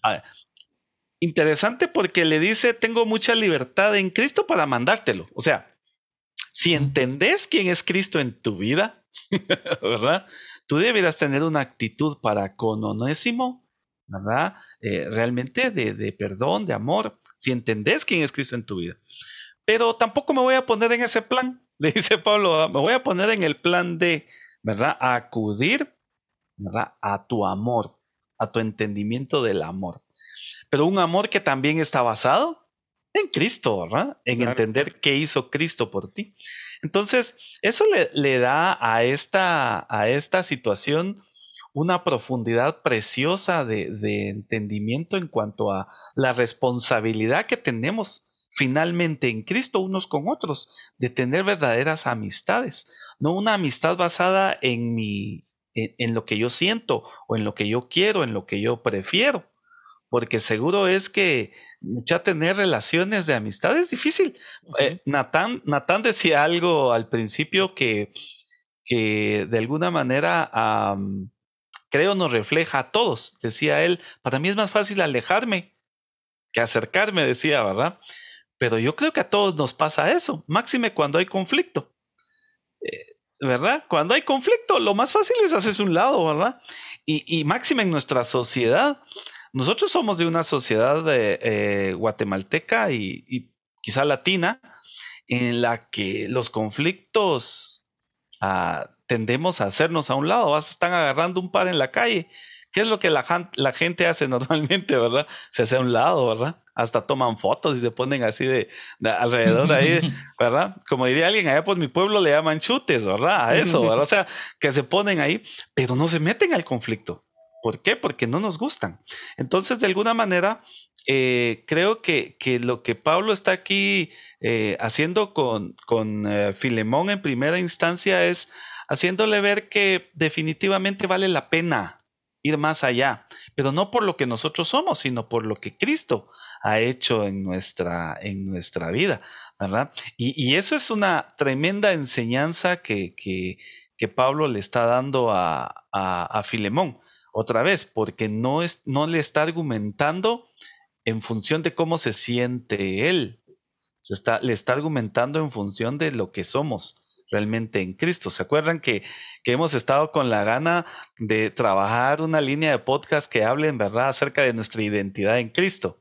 Interesante porque le dice, tengo mucha libertad en Cristo para mandártelo, o sea, si entendés quién es Cristo en tu vida, ¿verdad? Tú deberás tener una actitud para con Onésimo, ¿verdad? Realmente de perdón, de amor, si entendés quién es Cristo en tu vida. Pero tampoco me voy a poner en ese plan, le dice Pablo, me voy a poner en el plan de, ¿verdad? A acudir, ¿verdad? A tu amor, a tu entendimiento del amor. Pero un amor que también está basado en Cristo, ¿verdad? En
Claro.
entender qué hizo Cristo por ti. Entonces, eso le da a esta situación una profundidad preciosa de entendimiento en cuanto a la responsabilidad que tenemos finalmente en Cristo unos con otros, de tener verdaderas amistades, no una amistad basada en lo que yo siento o en lo que yo quiero, en lo que yo prefiero, porque seguro es que ya tener relaciones de amistad es difícil. Natán decía algo al principio que de alguna manera creo nos refleja a todos. Decía él, para mí es más fácil alejarme que acercarme, decía, ¿verdad? Pero yo creo que a todos nos pasa eso, máxime cuando hay conflicto, ¿verdad? Cuando hay conflicto, lo más fácil es hacerse un lado, ¿verdad? Y máxime en nuestra sociedad. Nosotros somos de una sociedad guatemalteca y quizá latina, en la que los conflictos tendemos a hacernos a un lado. Están agarrando un par en la calle. ¿Qué es lo que la gente hace normalmente, verdad? Se hace a un lado, ¿verdad? Hasta toman fotos y se ponen así de alrededor ahí, ¿verdad? Como diría alguien, allá por mi pueblo le llaman chutes, ¿verdad? A eso, ¿verdad? O sea, que se ponen ahí, pero no se meten al conflicto. ¿Por qué? Porque no nos gustan. Entonces, de alguna manera, creo que lo que Pablo está aquí haciendo con Filemón en primera instancia es haciéndole ver que definitivamente vale la pena ir más allá, pero no por lo que nosotros somos, sino por lo que Cristo ha hecho en nuestra vida, ¿verdad? Y eso es una tremenda enseñanza que Pablo le está dando a Filemón. Otra vez, porque no le está argumentando en función de cómo se siente él. Le está argumentando en función de lo que somos realmente en Cristo. ¿Se acuerdan que hemos estado con la gana de trabajar una línea de podcast que hable en verdad acerca de nuestra identidad en Cristo?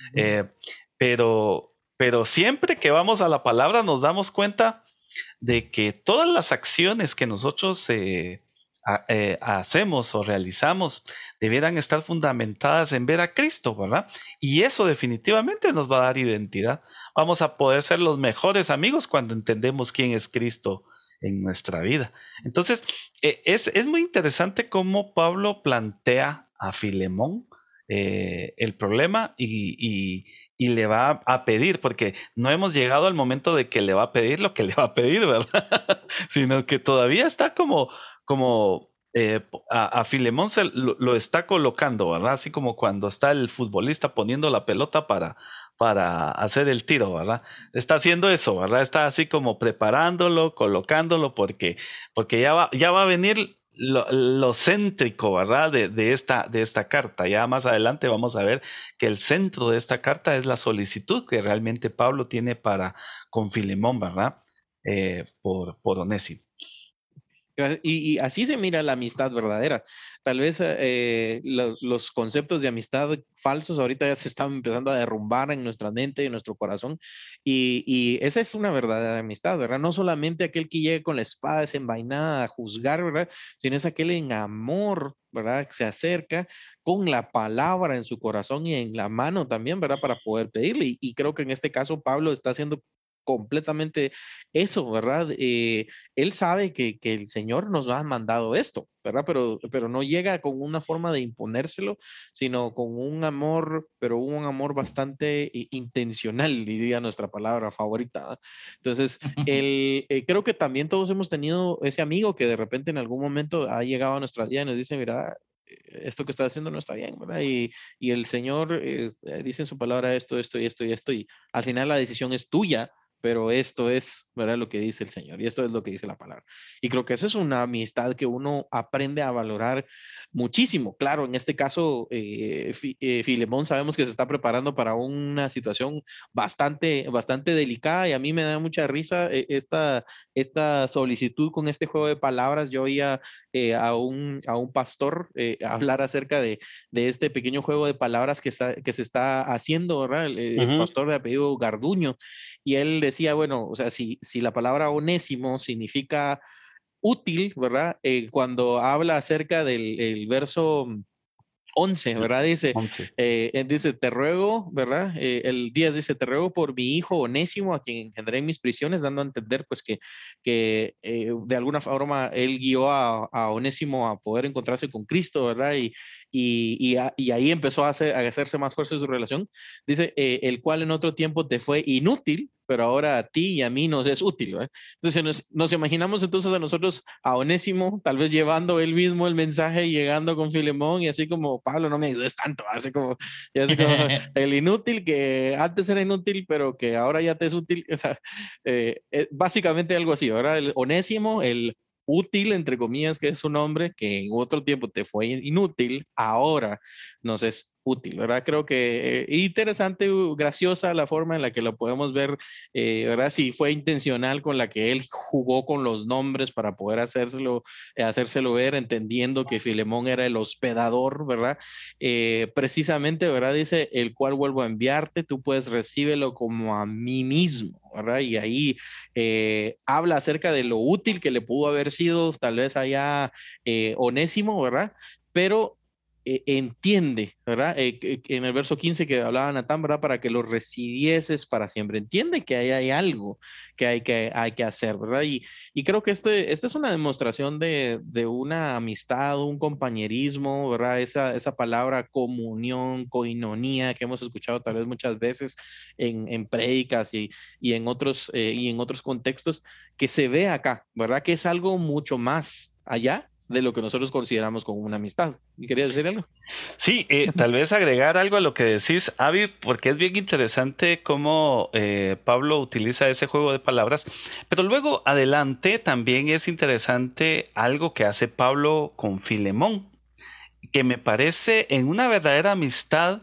Pero siempre que vamos a la palabra nos damos cuenta de que todas las acciones que nosotros hacemos o realizamos debieran estar fundamentadas en ver a Cristo, ¿verdad? Y eso definitivamente nos va a dar identidad. Vamos a poder ser los mejores amigos cuando entendemos quién es Cristo en nuestra vida. Entonces, es muy interesante cómo Pablo plantea a Filemón el problema y le va a pedir, porque no hemos llegado al momento de que le va a pedir lo que le va a pedir, ¿verdad? Sino que todavía está como a Filemón lo está colocando, ¿verdad? Así como cuando está el futbolista poniendo la pelota para hacer el tiro, ¿verdad? Está haciendo eso, ¿verdad? Está así como preparándolo, colocándolo, porque ya va a venir lo céntrico, ¿verdad? De esta carta. Ya más adelante vamos a ver que el centro de esta carta es la solicitud que realmente Pablo tiene con Filemón, ¿verdad? Por Onésimo.
Y así se mira la amistad verdadera. Tal vez los conceptos de amistad falsos ahorita ya se están empezando a derrumbar en nuestra mente, en nuestro corazón. Y esa es una verdadera amistad, ¿verdad? No solamente aquel que llega con la espada desenvainada a juzgar, ¿verdad? Sino es aquel en amor, ¿verdad? Que se acerca con la palabra en su corazón y en la mano también, ¿verdad? Para poder pedirle. Y creo que en este caso Pablo está haciendo completamente eso, ¿verdad? Él sabe que el Señor nos ha mandado esto, ¿verdad? Pero no llega con una forma de imponérselo, sino con un amor, pero un amor bastante intencional, diría nuestra palabra favorita, ¿verdad? Entonces, creo que también todos hemos tenido ese amigo que de repente en algún momento ha llegado a nuestra vida y nos dice, mira, esto que está haciendo no está bien, ¿verdad? Y el Señor dice en su palabra esto, esto y esto y esto, y al final la decisión es tuya, pero esto es, ¿verdad? Lo que dice el Señor y esto es lo que dice la palabra. Y creo que eso es una amistad que uno aprende a valorar muchísimo. Claro, en este caso, Filemón sabemos que se está preparando para una situación bastante delicada y a mí me da mucha risa esta solicitud con este juego de palabras. Yo oía a un pastor hablar acerca de este pequeño juego de palabras que se está haciendo, ¿verdad? El pastor de apellido Garduño. Y él decía, bueno, o sea, si la palabra onésimo significa útil, ¿verdad? Cuando habla acerca del el verso 11, ¿verdad? Dice, te ruego, ¿verdad? El 10 dice, te ruego por mi hijo Onésimo, a quien engendré en mis prisiones, dando a entender, pues, que de alguna forma él guió a Onésimo a poder encontrarse con Cristo, ¿verdad? Y ahí empezó a hacerse más fuerte su relación. Dice, el cual en otro tiempo te fue inútil, pero ahora a ti y a mí nos es útil, ¿verdad? Entonces nos imaginamos entonces a nosotros, a Onésimo, tal vez llevando él mismo el mensaje y llegando con Filemón y así como, Pablo, no me ayudes tanto, así como el inútil que antes era inútil, pero que ahora ya te es útil. O sea, básicamente algo así, ¿verdad? El Onésimo, el útil, entre comillas, que es su nombre, que en otro tiempo te fue inútil, ahora nos es útil, ¿verdad? Creo que interesante, graciosa la forma en la que lo podemos ver, ¿verdad? Si fue intencional con la que él jugó con los nombres para poder hacérselo ver, entendiendo que Filemón era el hospedador, ¿verdad? Precisamente, ¿verdad? Dice, el cual vuelvo a enviarte, tú puedes recíbelo como a mí mismo, ¿verdad? Y ahí habla acerca de lo útil que le pudo haber sido tal vez allá Onésimo, ¿verdad? Pero entiende, ¿verdad? En el verso 15 que hablaba Natán, ¿verdad? Para que lo residieses para siempre. Entiende que ahí hay algo que hay que hacer, ¿verdad? Y creo que esta es una demostración de una amistad, un compañerismo, ¿verdad? Esa palabra comunión, coinonía que hemos escuchado tal vez muchas veces en prédicas y en otros contextos, que se ve acá, ¿verdad? Que es algo mucho más allá de lo que nosotros consideramos como una amistad. ¿Y querías decir algo?
Sí, tal vez agregar algo a lo que decís, Avi, porque es bien interesante cómo Pablo utiliza ese juego de palabras, pero luego adelante también es interesante algo que hace Pablo con Filemón, que me parece en una verdadera amistad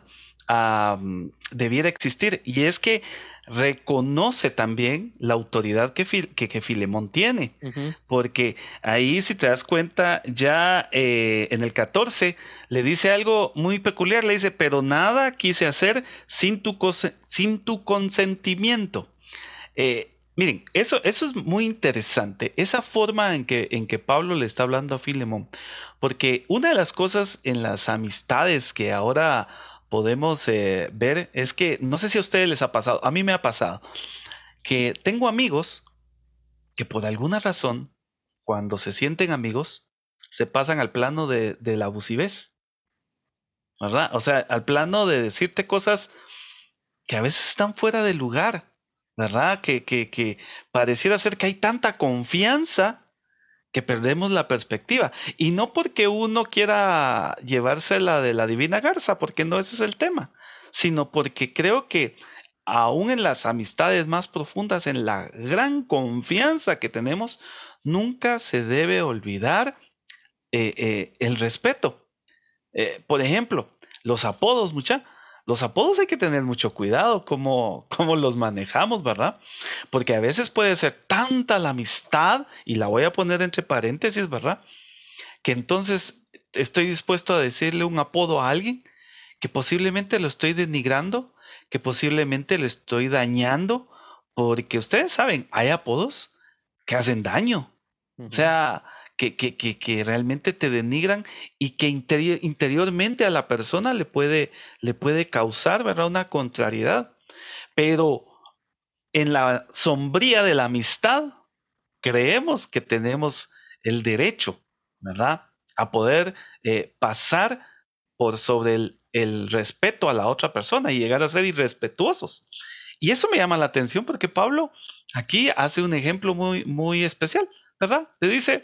debiera existir, y es que reconoce también la autoridad que Filemón tiene, porque ahí si te das cuenta ya en el 14 le dice algo muy peculiar, le dice, pero nada quise hacer sin tu consentimiento. Miren, eso es muy interesante, esa forma en que Pablo le está hablando a Filemón, porque una de las cosas en las amistades que ahora podemos ver es que, no sé si a ustedes les ha pasado, a mí me ha pasado, que tengo amigos que por alguna razón, cuando se sienten amigos, se pasan al plano de la abusivez, ¿verdad? O sea, al plano de decirte cosas que a veces están fuera de lugar, ¿verdad? Que pareciera ser que hay tanta confianza que perdemos la perspectiva. Y no porque uno quiera llevársela de la divina garza, porque no ese es el tema, sino porque creo que aún en las amistades más profundas, en la gran confianza que tenemos, nunca se debe olvidar el respeto. Por ejemplo, los apodos, los apodos hay que tener mucho cuidado cómo los manejamos, ¿verdad? Porque a veces puede ser tanta la amistad, y la voy a poner entre paréntesis, ¿verdad? Que entonces estoy dispuesto a decirle un apodo a alguien que posiblemente lo estoy denigrando, que posiblemente le estoy dañando, porque ustedes saben, hay apodos que hacen daño. O sea, que realmente te denigran y que interiormente a la persona le puede causar, ¿verdad?, una contrariedad. Pero en la sombría de la amistad, creemos que tenemos el derecho, ¿verdad?, a poder pasar por sobre el respeto a la otra persona y llegar a ser irrespetuosos. Y eso me llama la atención porque Pablo aquí hace un ejemplo muy, muy especial, ¿verdad? Le dice,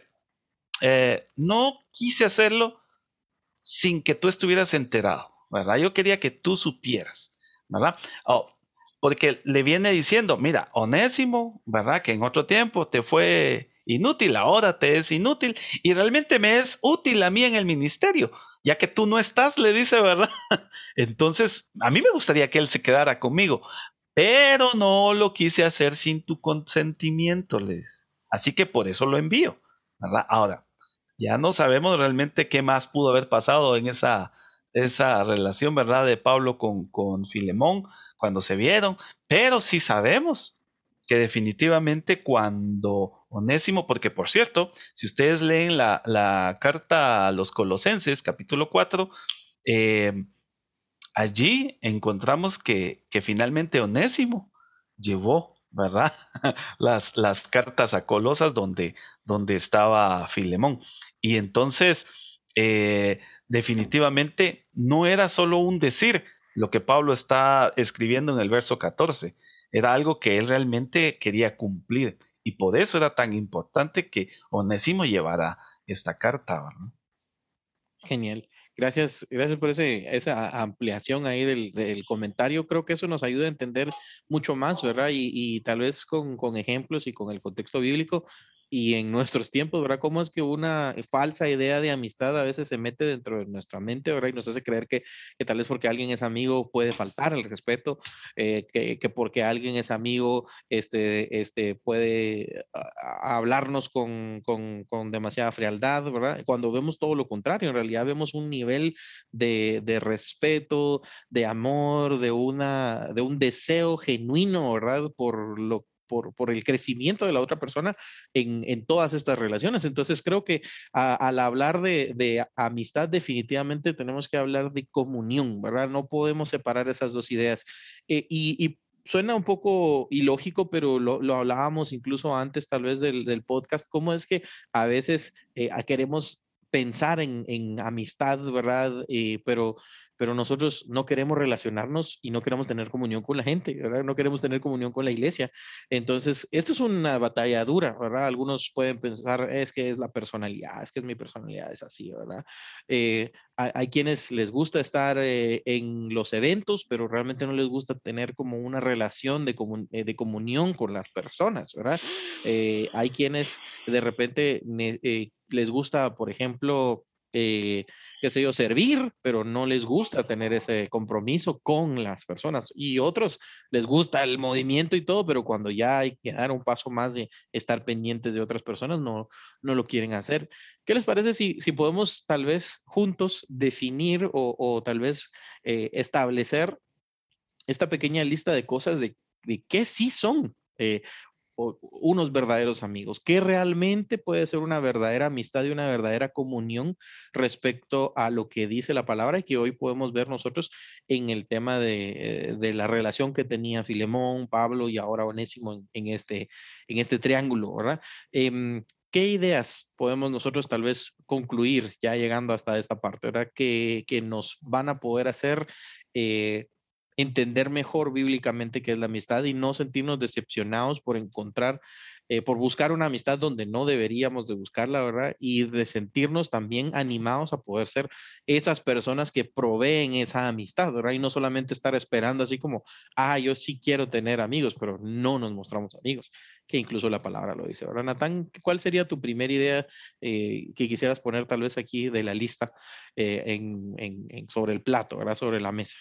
no quise hacerlo sin que tú estuvieras enterado, ¿verdad? Yo quería que tú supieras, ¿verdad? Oh, porque le viene diciendo, mira, Onésimo, ¿verdad? Que en otro tiempo te fue inútil, ahora te es inútil y realmente me es útil a mí en el ministerio, ya que tú no estás, le dice, ¿verdad? Entonces, a mí me gustaría que él se quedara conmigo, pero no lo quise hacer sin tu consentimiento, le dice. Así que por eso lo envío, ¿verdad? Ahora, ya no sabemos realmente qué más pudo haber pasado en esa relación, ¿verdad?, de Pablo con Filemón cuando se vieron, pero sí sabemos que definitivamente cuando Onésimo, porque por cierto, si ustedes leen la carta a los Colosenses, capítulo 4, allí encontramos que finalmente Onésimo llevó, ¿verdad?, las cartas a Colosas donde estaba Filemón. Y entonces, definitivamente no era solo un decir lo que Pablo está escribiendo en el verso 14, era algo que él realmente quería cumplir. Y por eso era tan importante que Onésimo llevara esta carta, ¿verdad?
Genial. Gracias por esa ampliación ahí del comentario. Creo que eso nos ayuda a entender mucho más, ¿verdad? Y tal vez con ejemplos y con el contexto bíblico y en nuestros tiempos, ¿verdad? Cómo es que una falsa idea de amistad a veces se mete dentro de nuestra mente, ¿verdad? Y nos hace creer que tal vez porque alguien es amigo puede faltar el respeto, que porque alguien es amigo puede hablarnos con demasiada frialdad, ¿verdad? Cuando vemos todo lo contrario, en realidad vemos un nivel de respeto, de amor, de un deseo genuino, ¿verdad? Por el crecimiento de la otra persona en todas estas relaciones. Entonces creo que al hablar de amistad definitivamente tenemos que hablar de comunión, ¿verdad? No podemos separar esas dos ideas. Y suena un poco ilógico, pero lo hablábamos incluso antes tal vez del podcast, cómo es que a veces queremos pensar en amistad, ¿verdad? Pero nosotros no queremos relacionarnos y no queremos tener comunión con la gente, ¿verdad? No queremos tener comunión con la iglesia. Entonces, esto es una batalla dura, ¿verdad? Algunos pueden pensar, es que es la personalidad, es que es mi personalidad, es así, ¿verdad? Hay quienes les gusta estar en los eventos, pero realmente no les gusta tener como una relación de comunión con las personas, ¿verdad? Hay quienes de repente les gusta, por ejemplo, qué sé yo, servir, pero no les gusta tener ese compromiso con las personas. Y otros les gusta el movimiento y todo, pero cuando ya hay que dar un paso más de estar pendientes de otras personas, no lo quieren hacer. ¿Qué les parece si podemos tal vez juntos definir o tal vez establecer esta pequeña lista de cosas de qué sí son unos verdaderos amigos? ¿Qué realmente puede ser una verdadera amistad y una verdadera comunión respecto a lo que dice la palabra y que hoy podemos ver nosotros en el tema de la relación que tenía Filemón, Pablo y ahora Onésimo en este triángulo, ¿verdad? ¿Qué ideas podemos nosotros tal vez concluir ya llegando hasta esta parte, ¿verdad? Que nos van a poder hacer entender mejor bíblicamente qué es la amistad y no sentirnos decepcionados por encontrar, por buscar una amistad donde no deberíamos de buscarla, ¿verdad? Y de sentirnos también animados a poder ser esas personas que proveen esa amistad, ¿verdad? Y no solamente estar esperando así como, yo sí quiero tener amigos, pero no nos mostramos amigos, que incluso la palabra lo dice, ¿verdad? Natán, ¿cuál sería tu primera idea que quisieras poner tal vez aquí de la lista sobre el plato, ¿verdad? Sobre la mesa.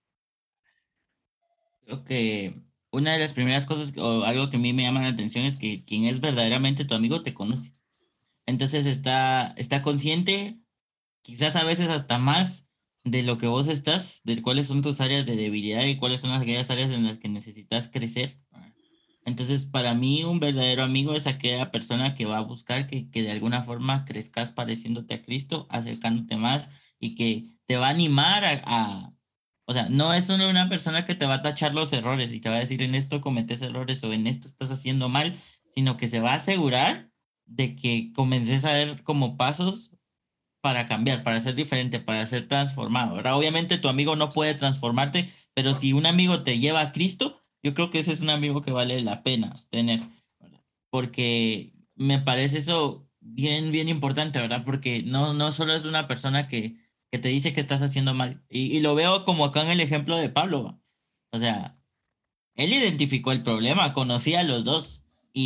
Creo que una de las primeras cosas o algo que a mí me llama la atención es que quien es verdaderamente tu amigo te conoce. Entonces está consciente, quizás a veces hasta más de lo que vos estás, de cuáles son tus áreas de debilidad y cuáles son aquellas áreas en las que necesitas crecer. Entonces, para mí, un verdadero amigo es aquella persona que va a buscar que de alguna forma crezcas pareciéndote a Cristo, acercándote más y que te va a animar o sea, no es solo una persona que te va a tachar los errores y te va a decir en esto cometes errores o en esto estás haciendo mal, sino que se va a asegurar de que comences a ver como pasos para cambiar, para ser diferente, para ser transformado, ¿verdad? Obviamente tu amigo no puede transformarte, pero si un amigo te lleva a Cristo, yo creo que ese es un amigo que vale la pena tener, ¿verdad? Porque me parece eso bien, bien importante, ¿verdad? Porque no solo es una persona que te dice que estás haciendo mal. Y lo veo como acá en el ejemplo de Pablo, ¿va? O sea, él identificó el problema, conocía a los dos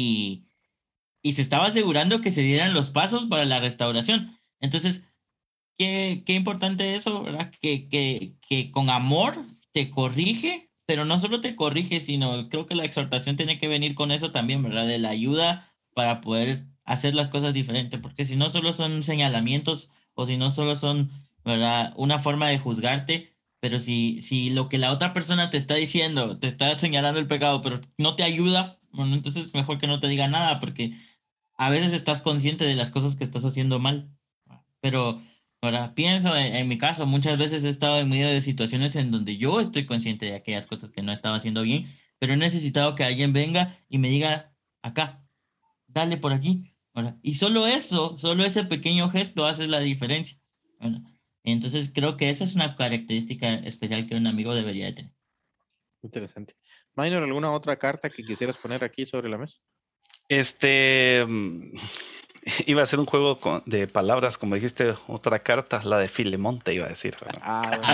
y se estaba asegurando que se dieran los pasos para la restauración. Entonces, qué importante eso, ¿verdad? Que con amor te corrige, pero no solo te corrige, sino creo que la exhortación tiene que venir con eso también, ¿verdad? De la ayuda para poder hacer las cosas diferentes, porque si no solo son señalamientos o si no solo son, ¿verdad? Una forma de juzgarte, pero si lo que la otra persona te está diciendo, te está señalando el pecado, pero no te ayuda, bueno, entonces mejor que no te diga nada, porque a veces estás consciente de las cosas que estás haciendo mal, pero ahora pienso en mi caso, muchas veces he estado en medio de situaciones en donde yo estoy consciente de aquellas cosas que no estaba haciendo bien, pero he necesitado que alguien venga y me diga, acá, dale por aquí, ¿verdad? Y solo eso, solo ese pequeño gesto hace la diferencia, ¿verdad? Entonces creo que eso es una característica especial que un amigo debería de tener.
Interesante. Minor, ¿alguna otra carta que quisieras poner aquí sobre la mesa?
Este iba a ser un juego de palabras, como dijiste, otra carta, la de Filemón, te iba a decir.
Bueno.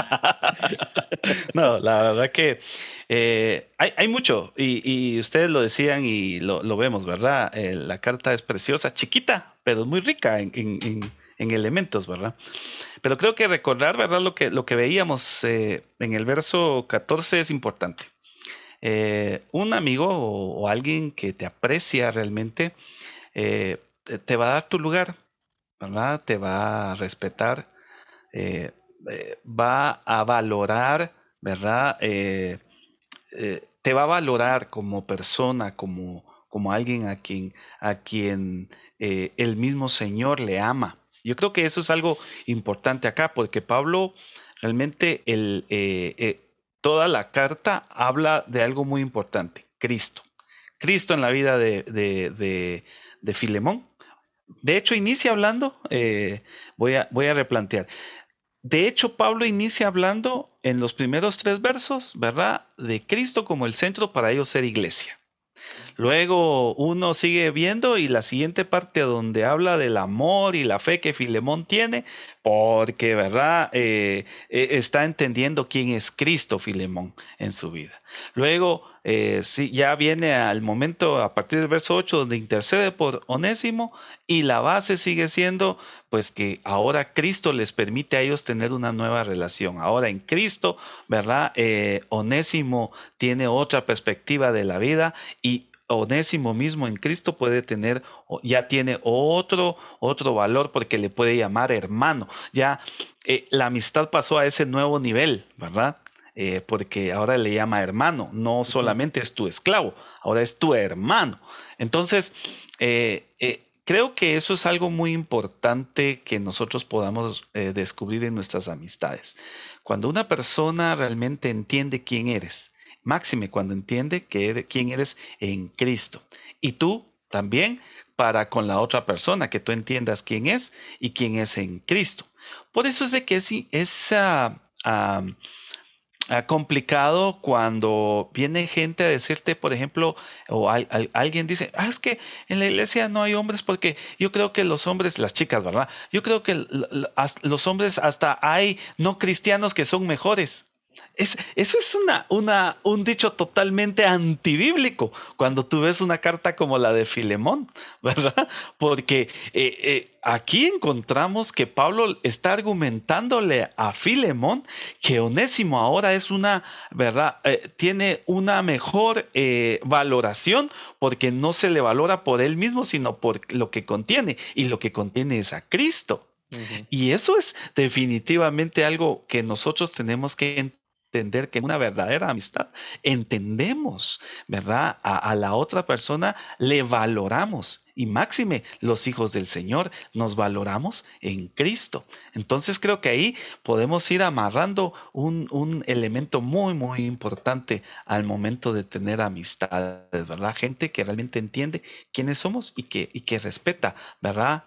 No, la verdad que hay mucho, y ustedes lo decían y lo vemos, ¿verdad? La carta es preciosa, chiquita, pero muy rica en elementos, ¿verdad? Pero creo que recordar, ¿verdad? Lo que veíamos en el verso 14 es importante. Un amigo o alguien que te aprecia realmente te va a dar tu lugar, ¿verdad? Te va a respetar, va a valorar, ¿verdad? Te va a valorar como persona, como alguien a quien el mismo Señor le ama. Yo creo que eso es algo importante acá, porque Pablo realmente toda la carta habla de algo muy importante, Cristo. Cristo en la vida de Filemón. De hecho, inicia hablando, voy a replantear. De hecho, Pablo inicia hablando en los primeros 3 versos, ¿verdad? De Cristo como el centro para ellos ser iglesia. Luego uno sigue viendo y la siguiente parte donde habla del amor y la fe que Filemón tiene, porque, ¿verdad? Está entendiendo quién es Cristo Filemón en su vida. Luego sí, ya viene al momento a partir del verso 8 donde intercede por Onésimo y la base sigue siendo pues que ahora Cristo les permite a ellos tener una nueva relación. Ahora en Cristo, ¿verdad? Onésimo tiene otra perspectiva de la vida y Onésimo mismo en Cristo ya tiene otro valor porque le puede llamar hermano. Ya la amistad pasó a ese nuevo nivel, ¿verdad? porque ahora le llama hermano, no solamente es tu esclavo, ahora es tu hermano. Entonces, creo que eso es algo muy importante que nosotros podamos descubrir en nuestras amistades. Cuando una persona realmente entiende quién eres, máxime cuando entiende quién eres en Cristo. Y tú también para con la otra persona, que tú entiendas quién es y quién es en Cristo. Por eso es de que es complicado cuando viene gente a decirte, por ejemplo, o alguien dice, es que en la iglesia no hay hombres porque yo creo que los hombres, las chicas, ¿verdad? Yo creo que los hombres hasta hay no cristianos que son mejores. Eso es un dicho totalmente antibíblico cuando tú ves una carta como la de Filemón, ¿verdad? Porque aquí encontramos que Pablo está argumentándole a Filemón que Onésimo ahora es ¿verdad? Tiene una mejor valoración porque no se le valora por él mismo, sino por lo que contiene, y lo que contiene es a Cristo. Y eso es definitivamente algo que nosotros tenemos que entender, que en una verdadera amistad entendemos, ¿verdad? A la otra persona le valoramos, y máxime los hijos del Señor nos valoramos en Cristo. Entonces creo que ahí podemos ir amarrando un elemento muy, muy importante al momento de tener amistades, ¿verdad? Gente que realmente entiende quiénes somos y que respeta, ¿verdad?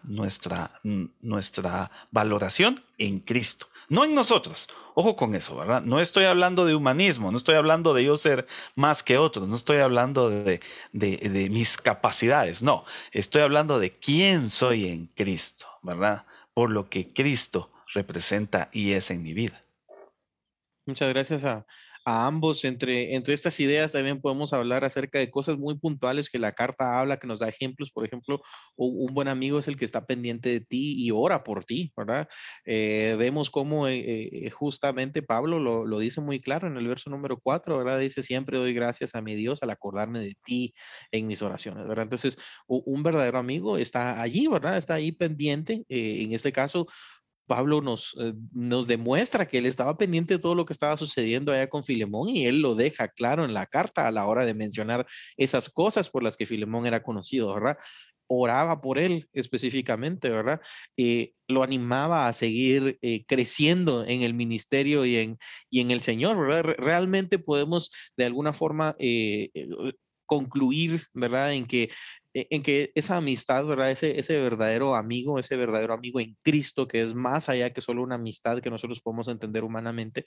Nuestra valoración en Cristo, no en nosotros. Ojo con eso, ¿verdad? No estoy hablando de humanismo, no estoy hablando de yo ser más que otros, no estoy hablando de mis capacidades, no. Estoy hablando de quién soy en Cristo, ¿verdad? Por lo que Cristo representa y es en mi vida.
Muchas gracias a ambos. Entre estas ideas también podemos hablar acerca de cosas muy puntuales que la carta habla, que nos da ejemplos. Por ejemplo, un buen amigo es el que está pendiente de ti y ora por ti, ¿verdad? Vemos cómo justamente Pablo lo dice muy claro en el verso número 4, ¿verdad? Dice, siempre doy gracias a mi Dios al acordarme de ti en mis oraciones, ¿verdad? Entonces, un verdadero amigo está allí, ¿verdad? Está ahí pendiente. En este caso, Pablo nos demuestra que él estaba pendiente de todo lo que estaba sucediendo allá con Filemón, y él lo deja claro en la carta a la hora de mencionar esas cosas por las que Filemón era conocido, ¿verdad? Oraba por él específicamente, ¿verdad? Lo animaba a seguir creciendo en el ministerio y en el Señor, ¿verdad? Realmente podemos de alguna forma concluir, ¿verdad? En que esa amistad, ¿verdad? Ese verdadero amigo en Cristo, que es más allá que solo una amistad que nosotros podemos entender humanamente,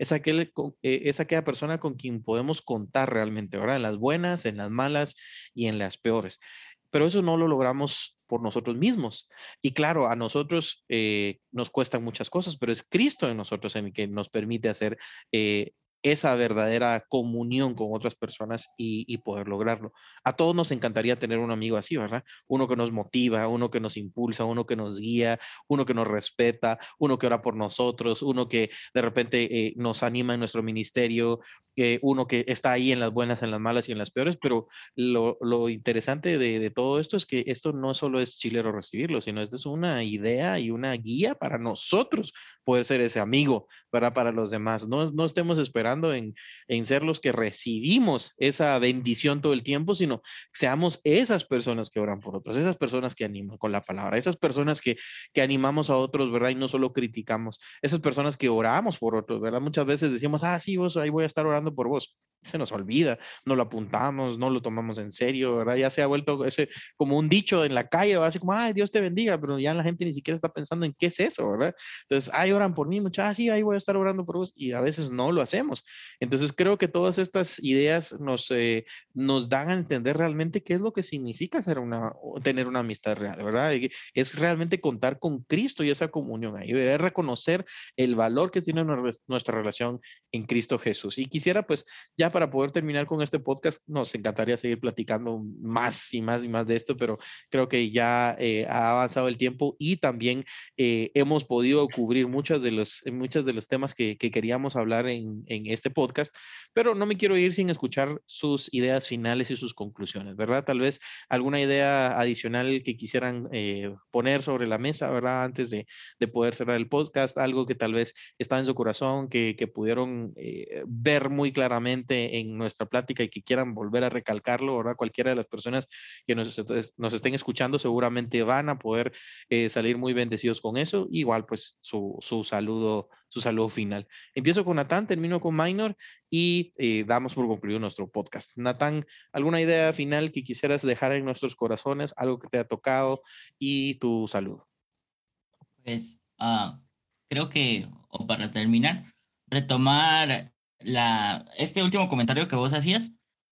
es aquella persona con quien podemos contar realmente, ¿verdad? En las buenas, en las malas y en las peores. Pero eso no lo logramos por nosotros mismos. Y claro, a nosotros nos cuestan muchas cosas, pero es Cristo en nosotros en el que nos permite hacer esa verdadera comunión con otras personas y poder lograrlo. A todos nos encantaría tener un amigo así, ¿verdad? Uno que nos motiva, uno que nos impulsa, uno que nos guía, uno que nos respeta, uno que ora por nosotros, uno que de repente nos anima en nuestro ministerio, uno que está ahí en las buenas, en las malas y en las peores. Pero lo interesante de todo esto es que esto no solo es chilero recibirlo, sino esto es una idea y una guía para nosotros poder ser ese amigo, ¿verdad? Para los demás. No estemos esperando en ser los que recibimos esa bendición todo el tiempo, sino seamos esas personas que oran por otros, esas personas que animan con la palabra, esas personas que animamos a otros, ¿verdad? Y no solo criticamos, esas personas que oramos por otros, ¿verdad? Muchas veces decimos, sí, vos, ahí voy a estar orando por vos. Se nos olvida, no lo apuntamos, no lo tomamos en serio, ¿verdad? Ya se ha vuelto ese como un dicho en la calle, ¿verdad? Así como, ay, Dios te bendiga, pero ya la gente ni siquiera está pensando en qué es eso, ¿verdad? Entonces, ay, oran por mí, muchachos, sí, ahí voy a estar orando por vos, y a veces no lo hacemos. Entonces, creo que todas estas ideas nos dan a entender realmente qué es lo que significa tener una amistad real, ¿verdad? Y es realmente contar con Cristo y esa comunión ahí, es reconocer el valor que tiene nuestra relación en Cristo Jesús. Y quisiera, pues, ya para poder terminar con este podcast, nos encantaría seguir platicando más y más y más de esto, pero creo que ya ha avanzado el tiempo y también hemos podido cubrir muchos de los temas que queríamos hablar en este podcast, pero no me quiero ir sin escuchar sus ideas finales y sus conclusiones, ¿verdad? Tal vez alguna idea adicional que quisieran poner sobre la mesa, ¿verdad? Antes de poder cerrar el podcast, algo que tal vez está en su corazón, que pudieron ver muy claramente en nuestra plática y que quieran volver a recalcarlo, ¿verdad? Cualquiera de las personas que nos estén escuchando seguramente van a poder salir muy bendecidos con eso. Igual, pues, su saludo final. Empiezo con Natán, termino con Minor y damos por concluido nuestro podcast. Natán, ¿alguna idea final que quisieras dejar en nuestros corazones? Algo que te ha tocado y tu saludo.
Pues creo que, o para terminar, retomar este último comentario que vos hacías,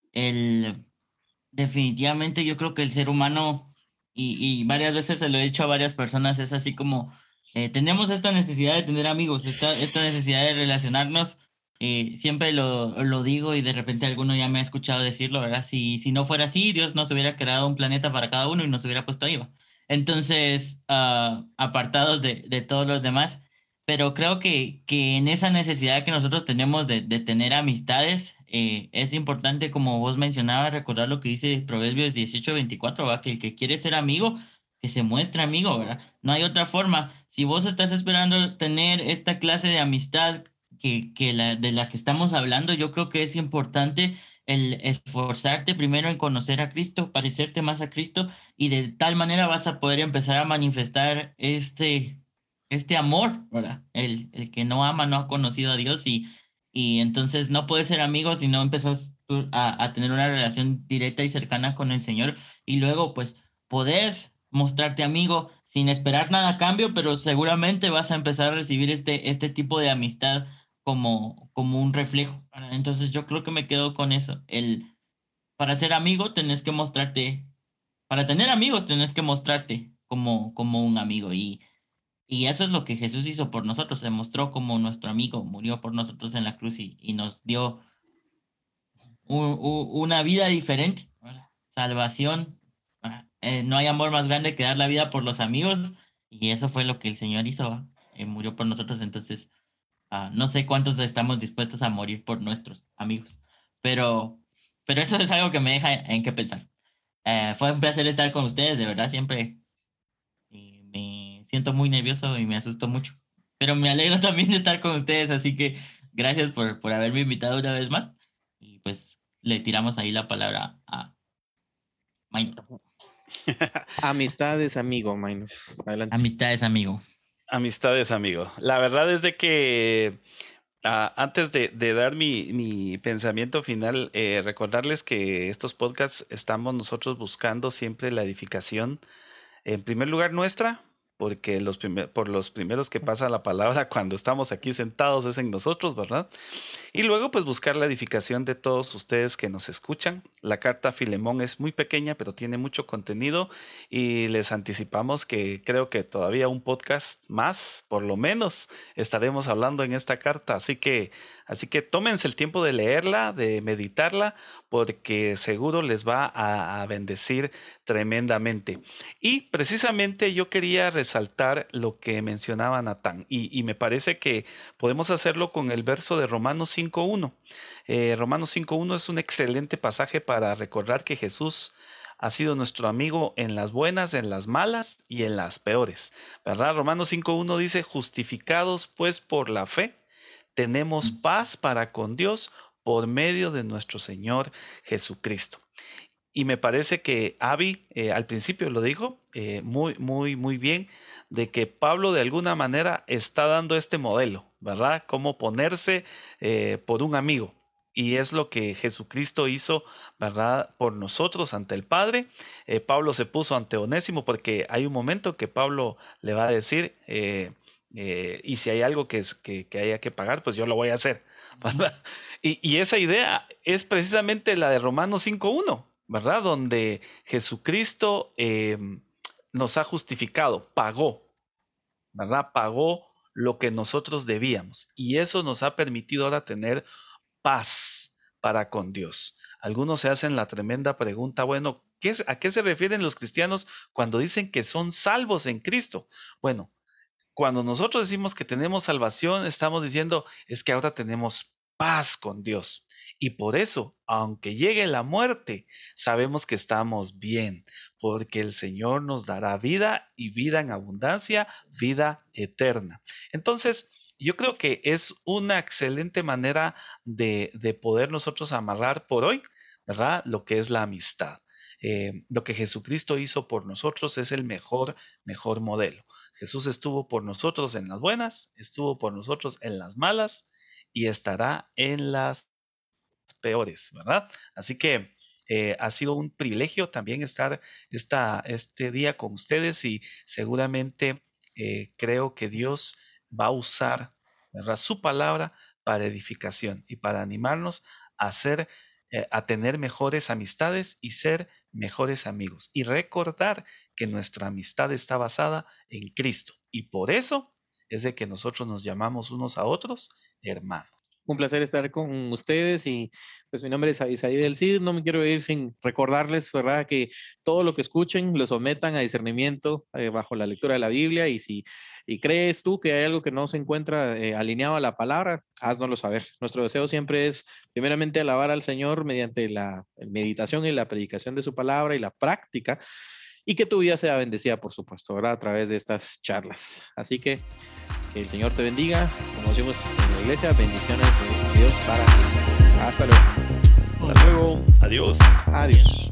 el, definitivamente yo creo que el ser humano, y varias veces se lo he dicho a varias personas, es así como tenemos esta necesidad de tener amigos, esta necesidad de relacionarnos. Siempre lo digo y de repente alguno ya me ha escuchado decirlo, ¿verdad? Si no fuera así, Dios nos hubiera creado un planeta para cada uno y nos hubiera puesto ahí, ¿va? Entonces, apartados de todos los demás, pero creo que en esa necesidad que nosotros tenemos de tener amistades, es importante, como vos mencionabas, recordar lo que dice Proverbios 18:24, ¿va? Que el que quiere ser amigo, que se muestre amigo, ¿verdad? No hay otra forma. Si vos estás esperando tener esta clase de amistad de la que estamos hablando, yo creo que es importante el esforzarte primero en conocer a Cristo, parecerte más a Cristo, y de tal manera vas a poder empezar a manifestar este amor, ¿verdad? El que no ama no ha conocido a Dios, y entonces no puedes ser amigo si no empezás tú a tener una relación directa y cercana con el Señor, y luego pues podés mostrarte amigo sin esperar nada a cambio, pero seguramente vas a empezar a recibir este tipo de amistad como un reflejo, ¿verdad? Entonces yo creo que me quedo con eso. Para ser amigo tenés que mostrarte, para tener amigos tenés que mostrarte como un amigo, y eso es lo que Jesús hizo por nosotros, se mostró como nuestro amigo, murió por nosotros en la cruz y nos dio una vida diferente, ¿verdad? Salvación. ¿Verdad? No hay amor más grande que dar la vida por los amigos, y eso fue lo que el Señor hizo, ¿verdad? Murió por nosotros. Entonces no sé cuántos estamos dispuestos a morir por nuestros amigos, pero, pero eso es algo que me deja en qué pensar. Fue un placer estar con ustedes, de verdad, siempre me siento muy nervioso y me asusto mucho, pero me alegro también de estar con ustedes, así que gracias por haberme invitado una vez más, y pues le tiramos ahí la palabra a Minor.
Amistades, amigo, Minor. Adelante.
Amistades, amigo.
Amistades, amigo. La verdad es de que antes de dar mi pensamiento final, recordarles que estos podcasts estamos nosotros buscando siempre la edificación, en primer lugar nuestra, porque por los primeros que pasa la palabra cuando estamos aquí sentados es en nosotros, ¿verdad? Y luego pues buscar la edificación de todos ustedes que nos escuchan. La carta a Filemón es muy pequeña, pero tiene mucho contenido, y les anticipamos que creo que todavía un podcast más, por lo menos, estaremos hablando en esta carta. Así que tómense el tiempo de leerla, de meditarla, porque seguro les va a bendecir tremendamente. Y precisamente yo quería resaltar lo que mencionaba Natán, y me parece que podemos hacerlo con el verso de Romanos 5.1. Romanos 5.1 es un excelente pasaje para recordar que Jesús ha sido nuestro amigo en las buenas, en las malas y en las peores, ¿verdad? Romanos 5.1 dice: justificados pues por la fe, tenemos paz para con Dios por medio de nuestro Señor Jesucristo. Y me parece que Avi al principio lo dijo muy, muy, muy bien, de que Pablo de alguna manera está dando este modelo, ¿verdad? Cómo ponerse por un amigo. Y es lo que Jesucristo hizo, ¿verdad? Por nosotros ante el Padre. Pablo se puso ante Onésimo, porque hay un momento que Pablo le va a decir, y si hay algo que haya que pagar, pues yo lo voy a hacer, ¿verdad? Y esa idea es precisamente la de Romanos 5.1, ¿verdad? Donde Jesucristo nos ha justificado, pagó, ¿verdad? Pagó lo que nosotros debíamos, y eso nos ha permitido ahora tener paz, para con Dios. Algunos se hacen la tremenda pregunta, bueno, ¿a qué se refieren los cristianos cuando dicen que son salvos en Cristo? Bueno, cuando nosotros decimos que tenemos salvación, estamos diciendo es que ahora tenemos paz con Dios. Y por eso, aunque llegue la muerte, sabemos que estamos bien, porque el Señor nos dará vida y vida en abundancia, vida eterna. Entonces, yo creo que es una excelente manera de poder nosotros amarrar por hoy, ¿verdad? Lo que es la amistad. Lo que Jesucristo hizo por nosotros es el mejor modelo. Jesús estuvo por nosotros en las buenas, estuvo por nosotros en las malas y estará en las peores, ¿verdad? Así que ha sido un privilegio también estar este día con ustedes y seguramente creo que Dios va a usar, ¿verdad?, su palabra para edificación y para animarnos a tener mejores amistades y ser mejores amigos y recordar que nuestra amistad está basada en Cristo y por eso es de que nosotros nos llamamos unos a otros hermanos.
Un placer estar con ustedes y pues mi nombre es Abisaí del Cid. No me quiero ir sin recordarles, ¿verdad?, que todo lo que escuchen lo sometan a discernimiento bajo la lectura de la Biblia y si crees tú que hay algo que no se encuentra alineado a la palabra, háznoslo saber. Nuestro deseo siempre es primeramente alabar al Señor mediante la meditación y la predicación de su palabra y la práctica y que tu vida sea bendecida, por supuesto, ¿verdad?, a través de estas charlas. Así que el Señor te bendiga. Como decimos en la iglesia, bendiciones de Dios para ti. Hasta luego.
Hasta luego. Adiós.
Adiós.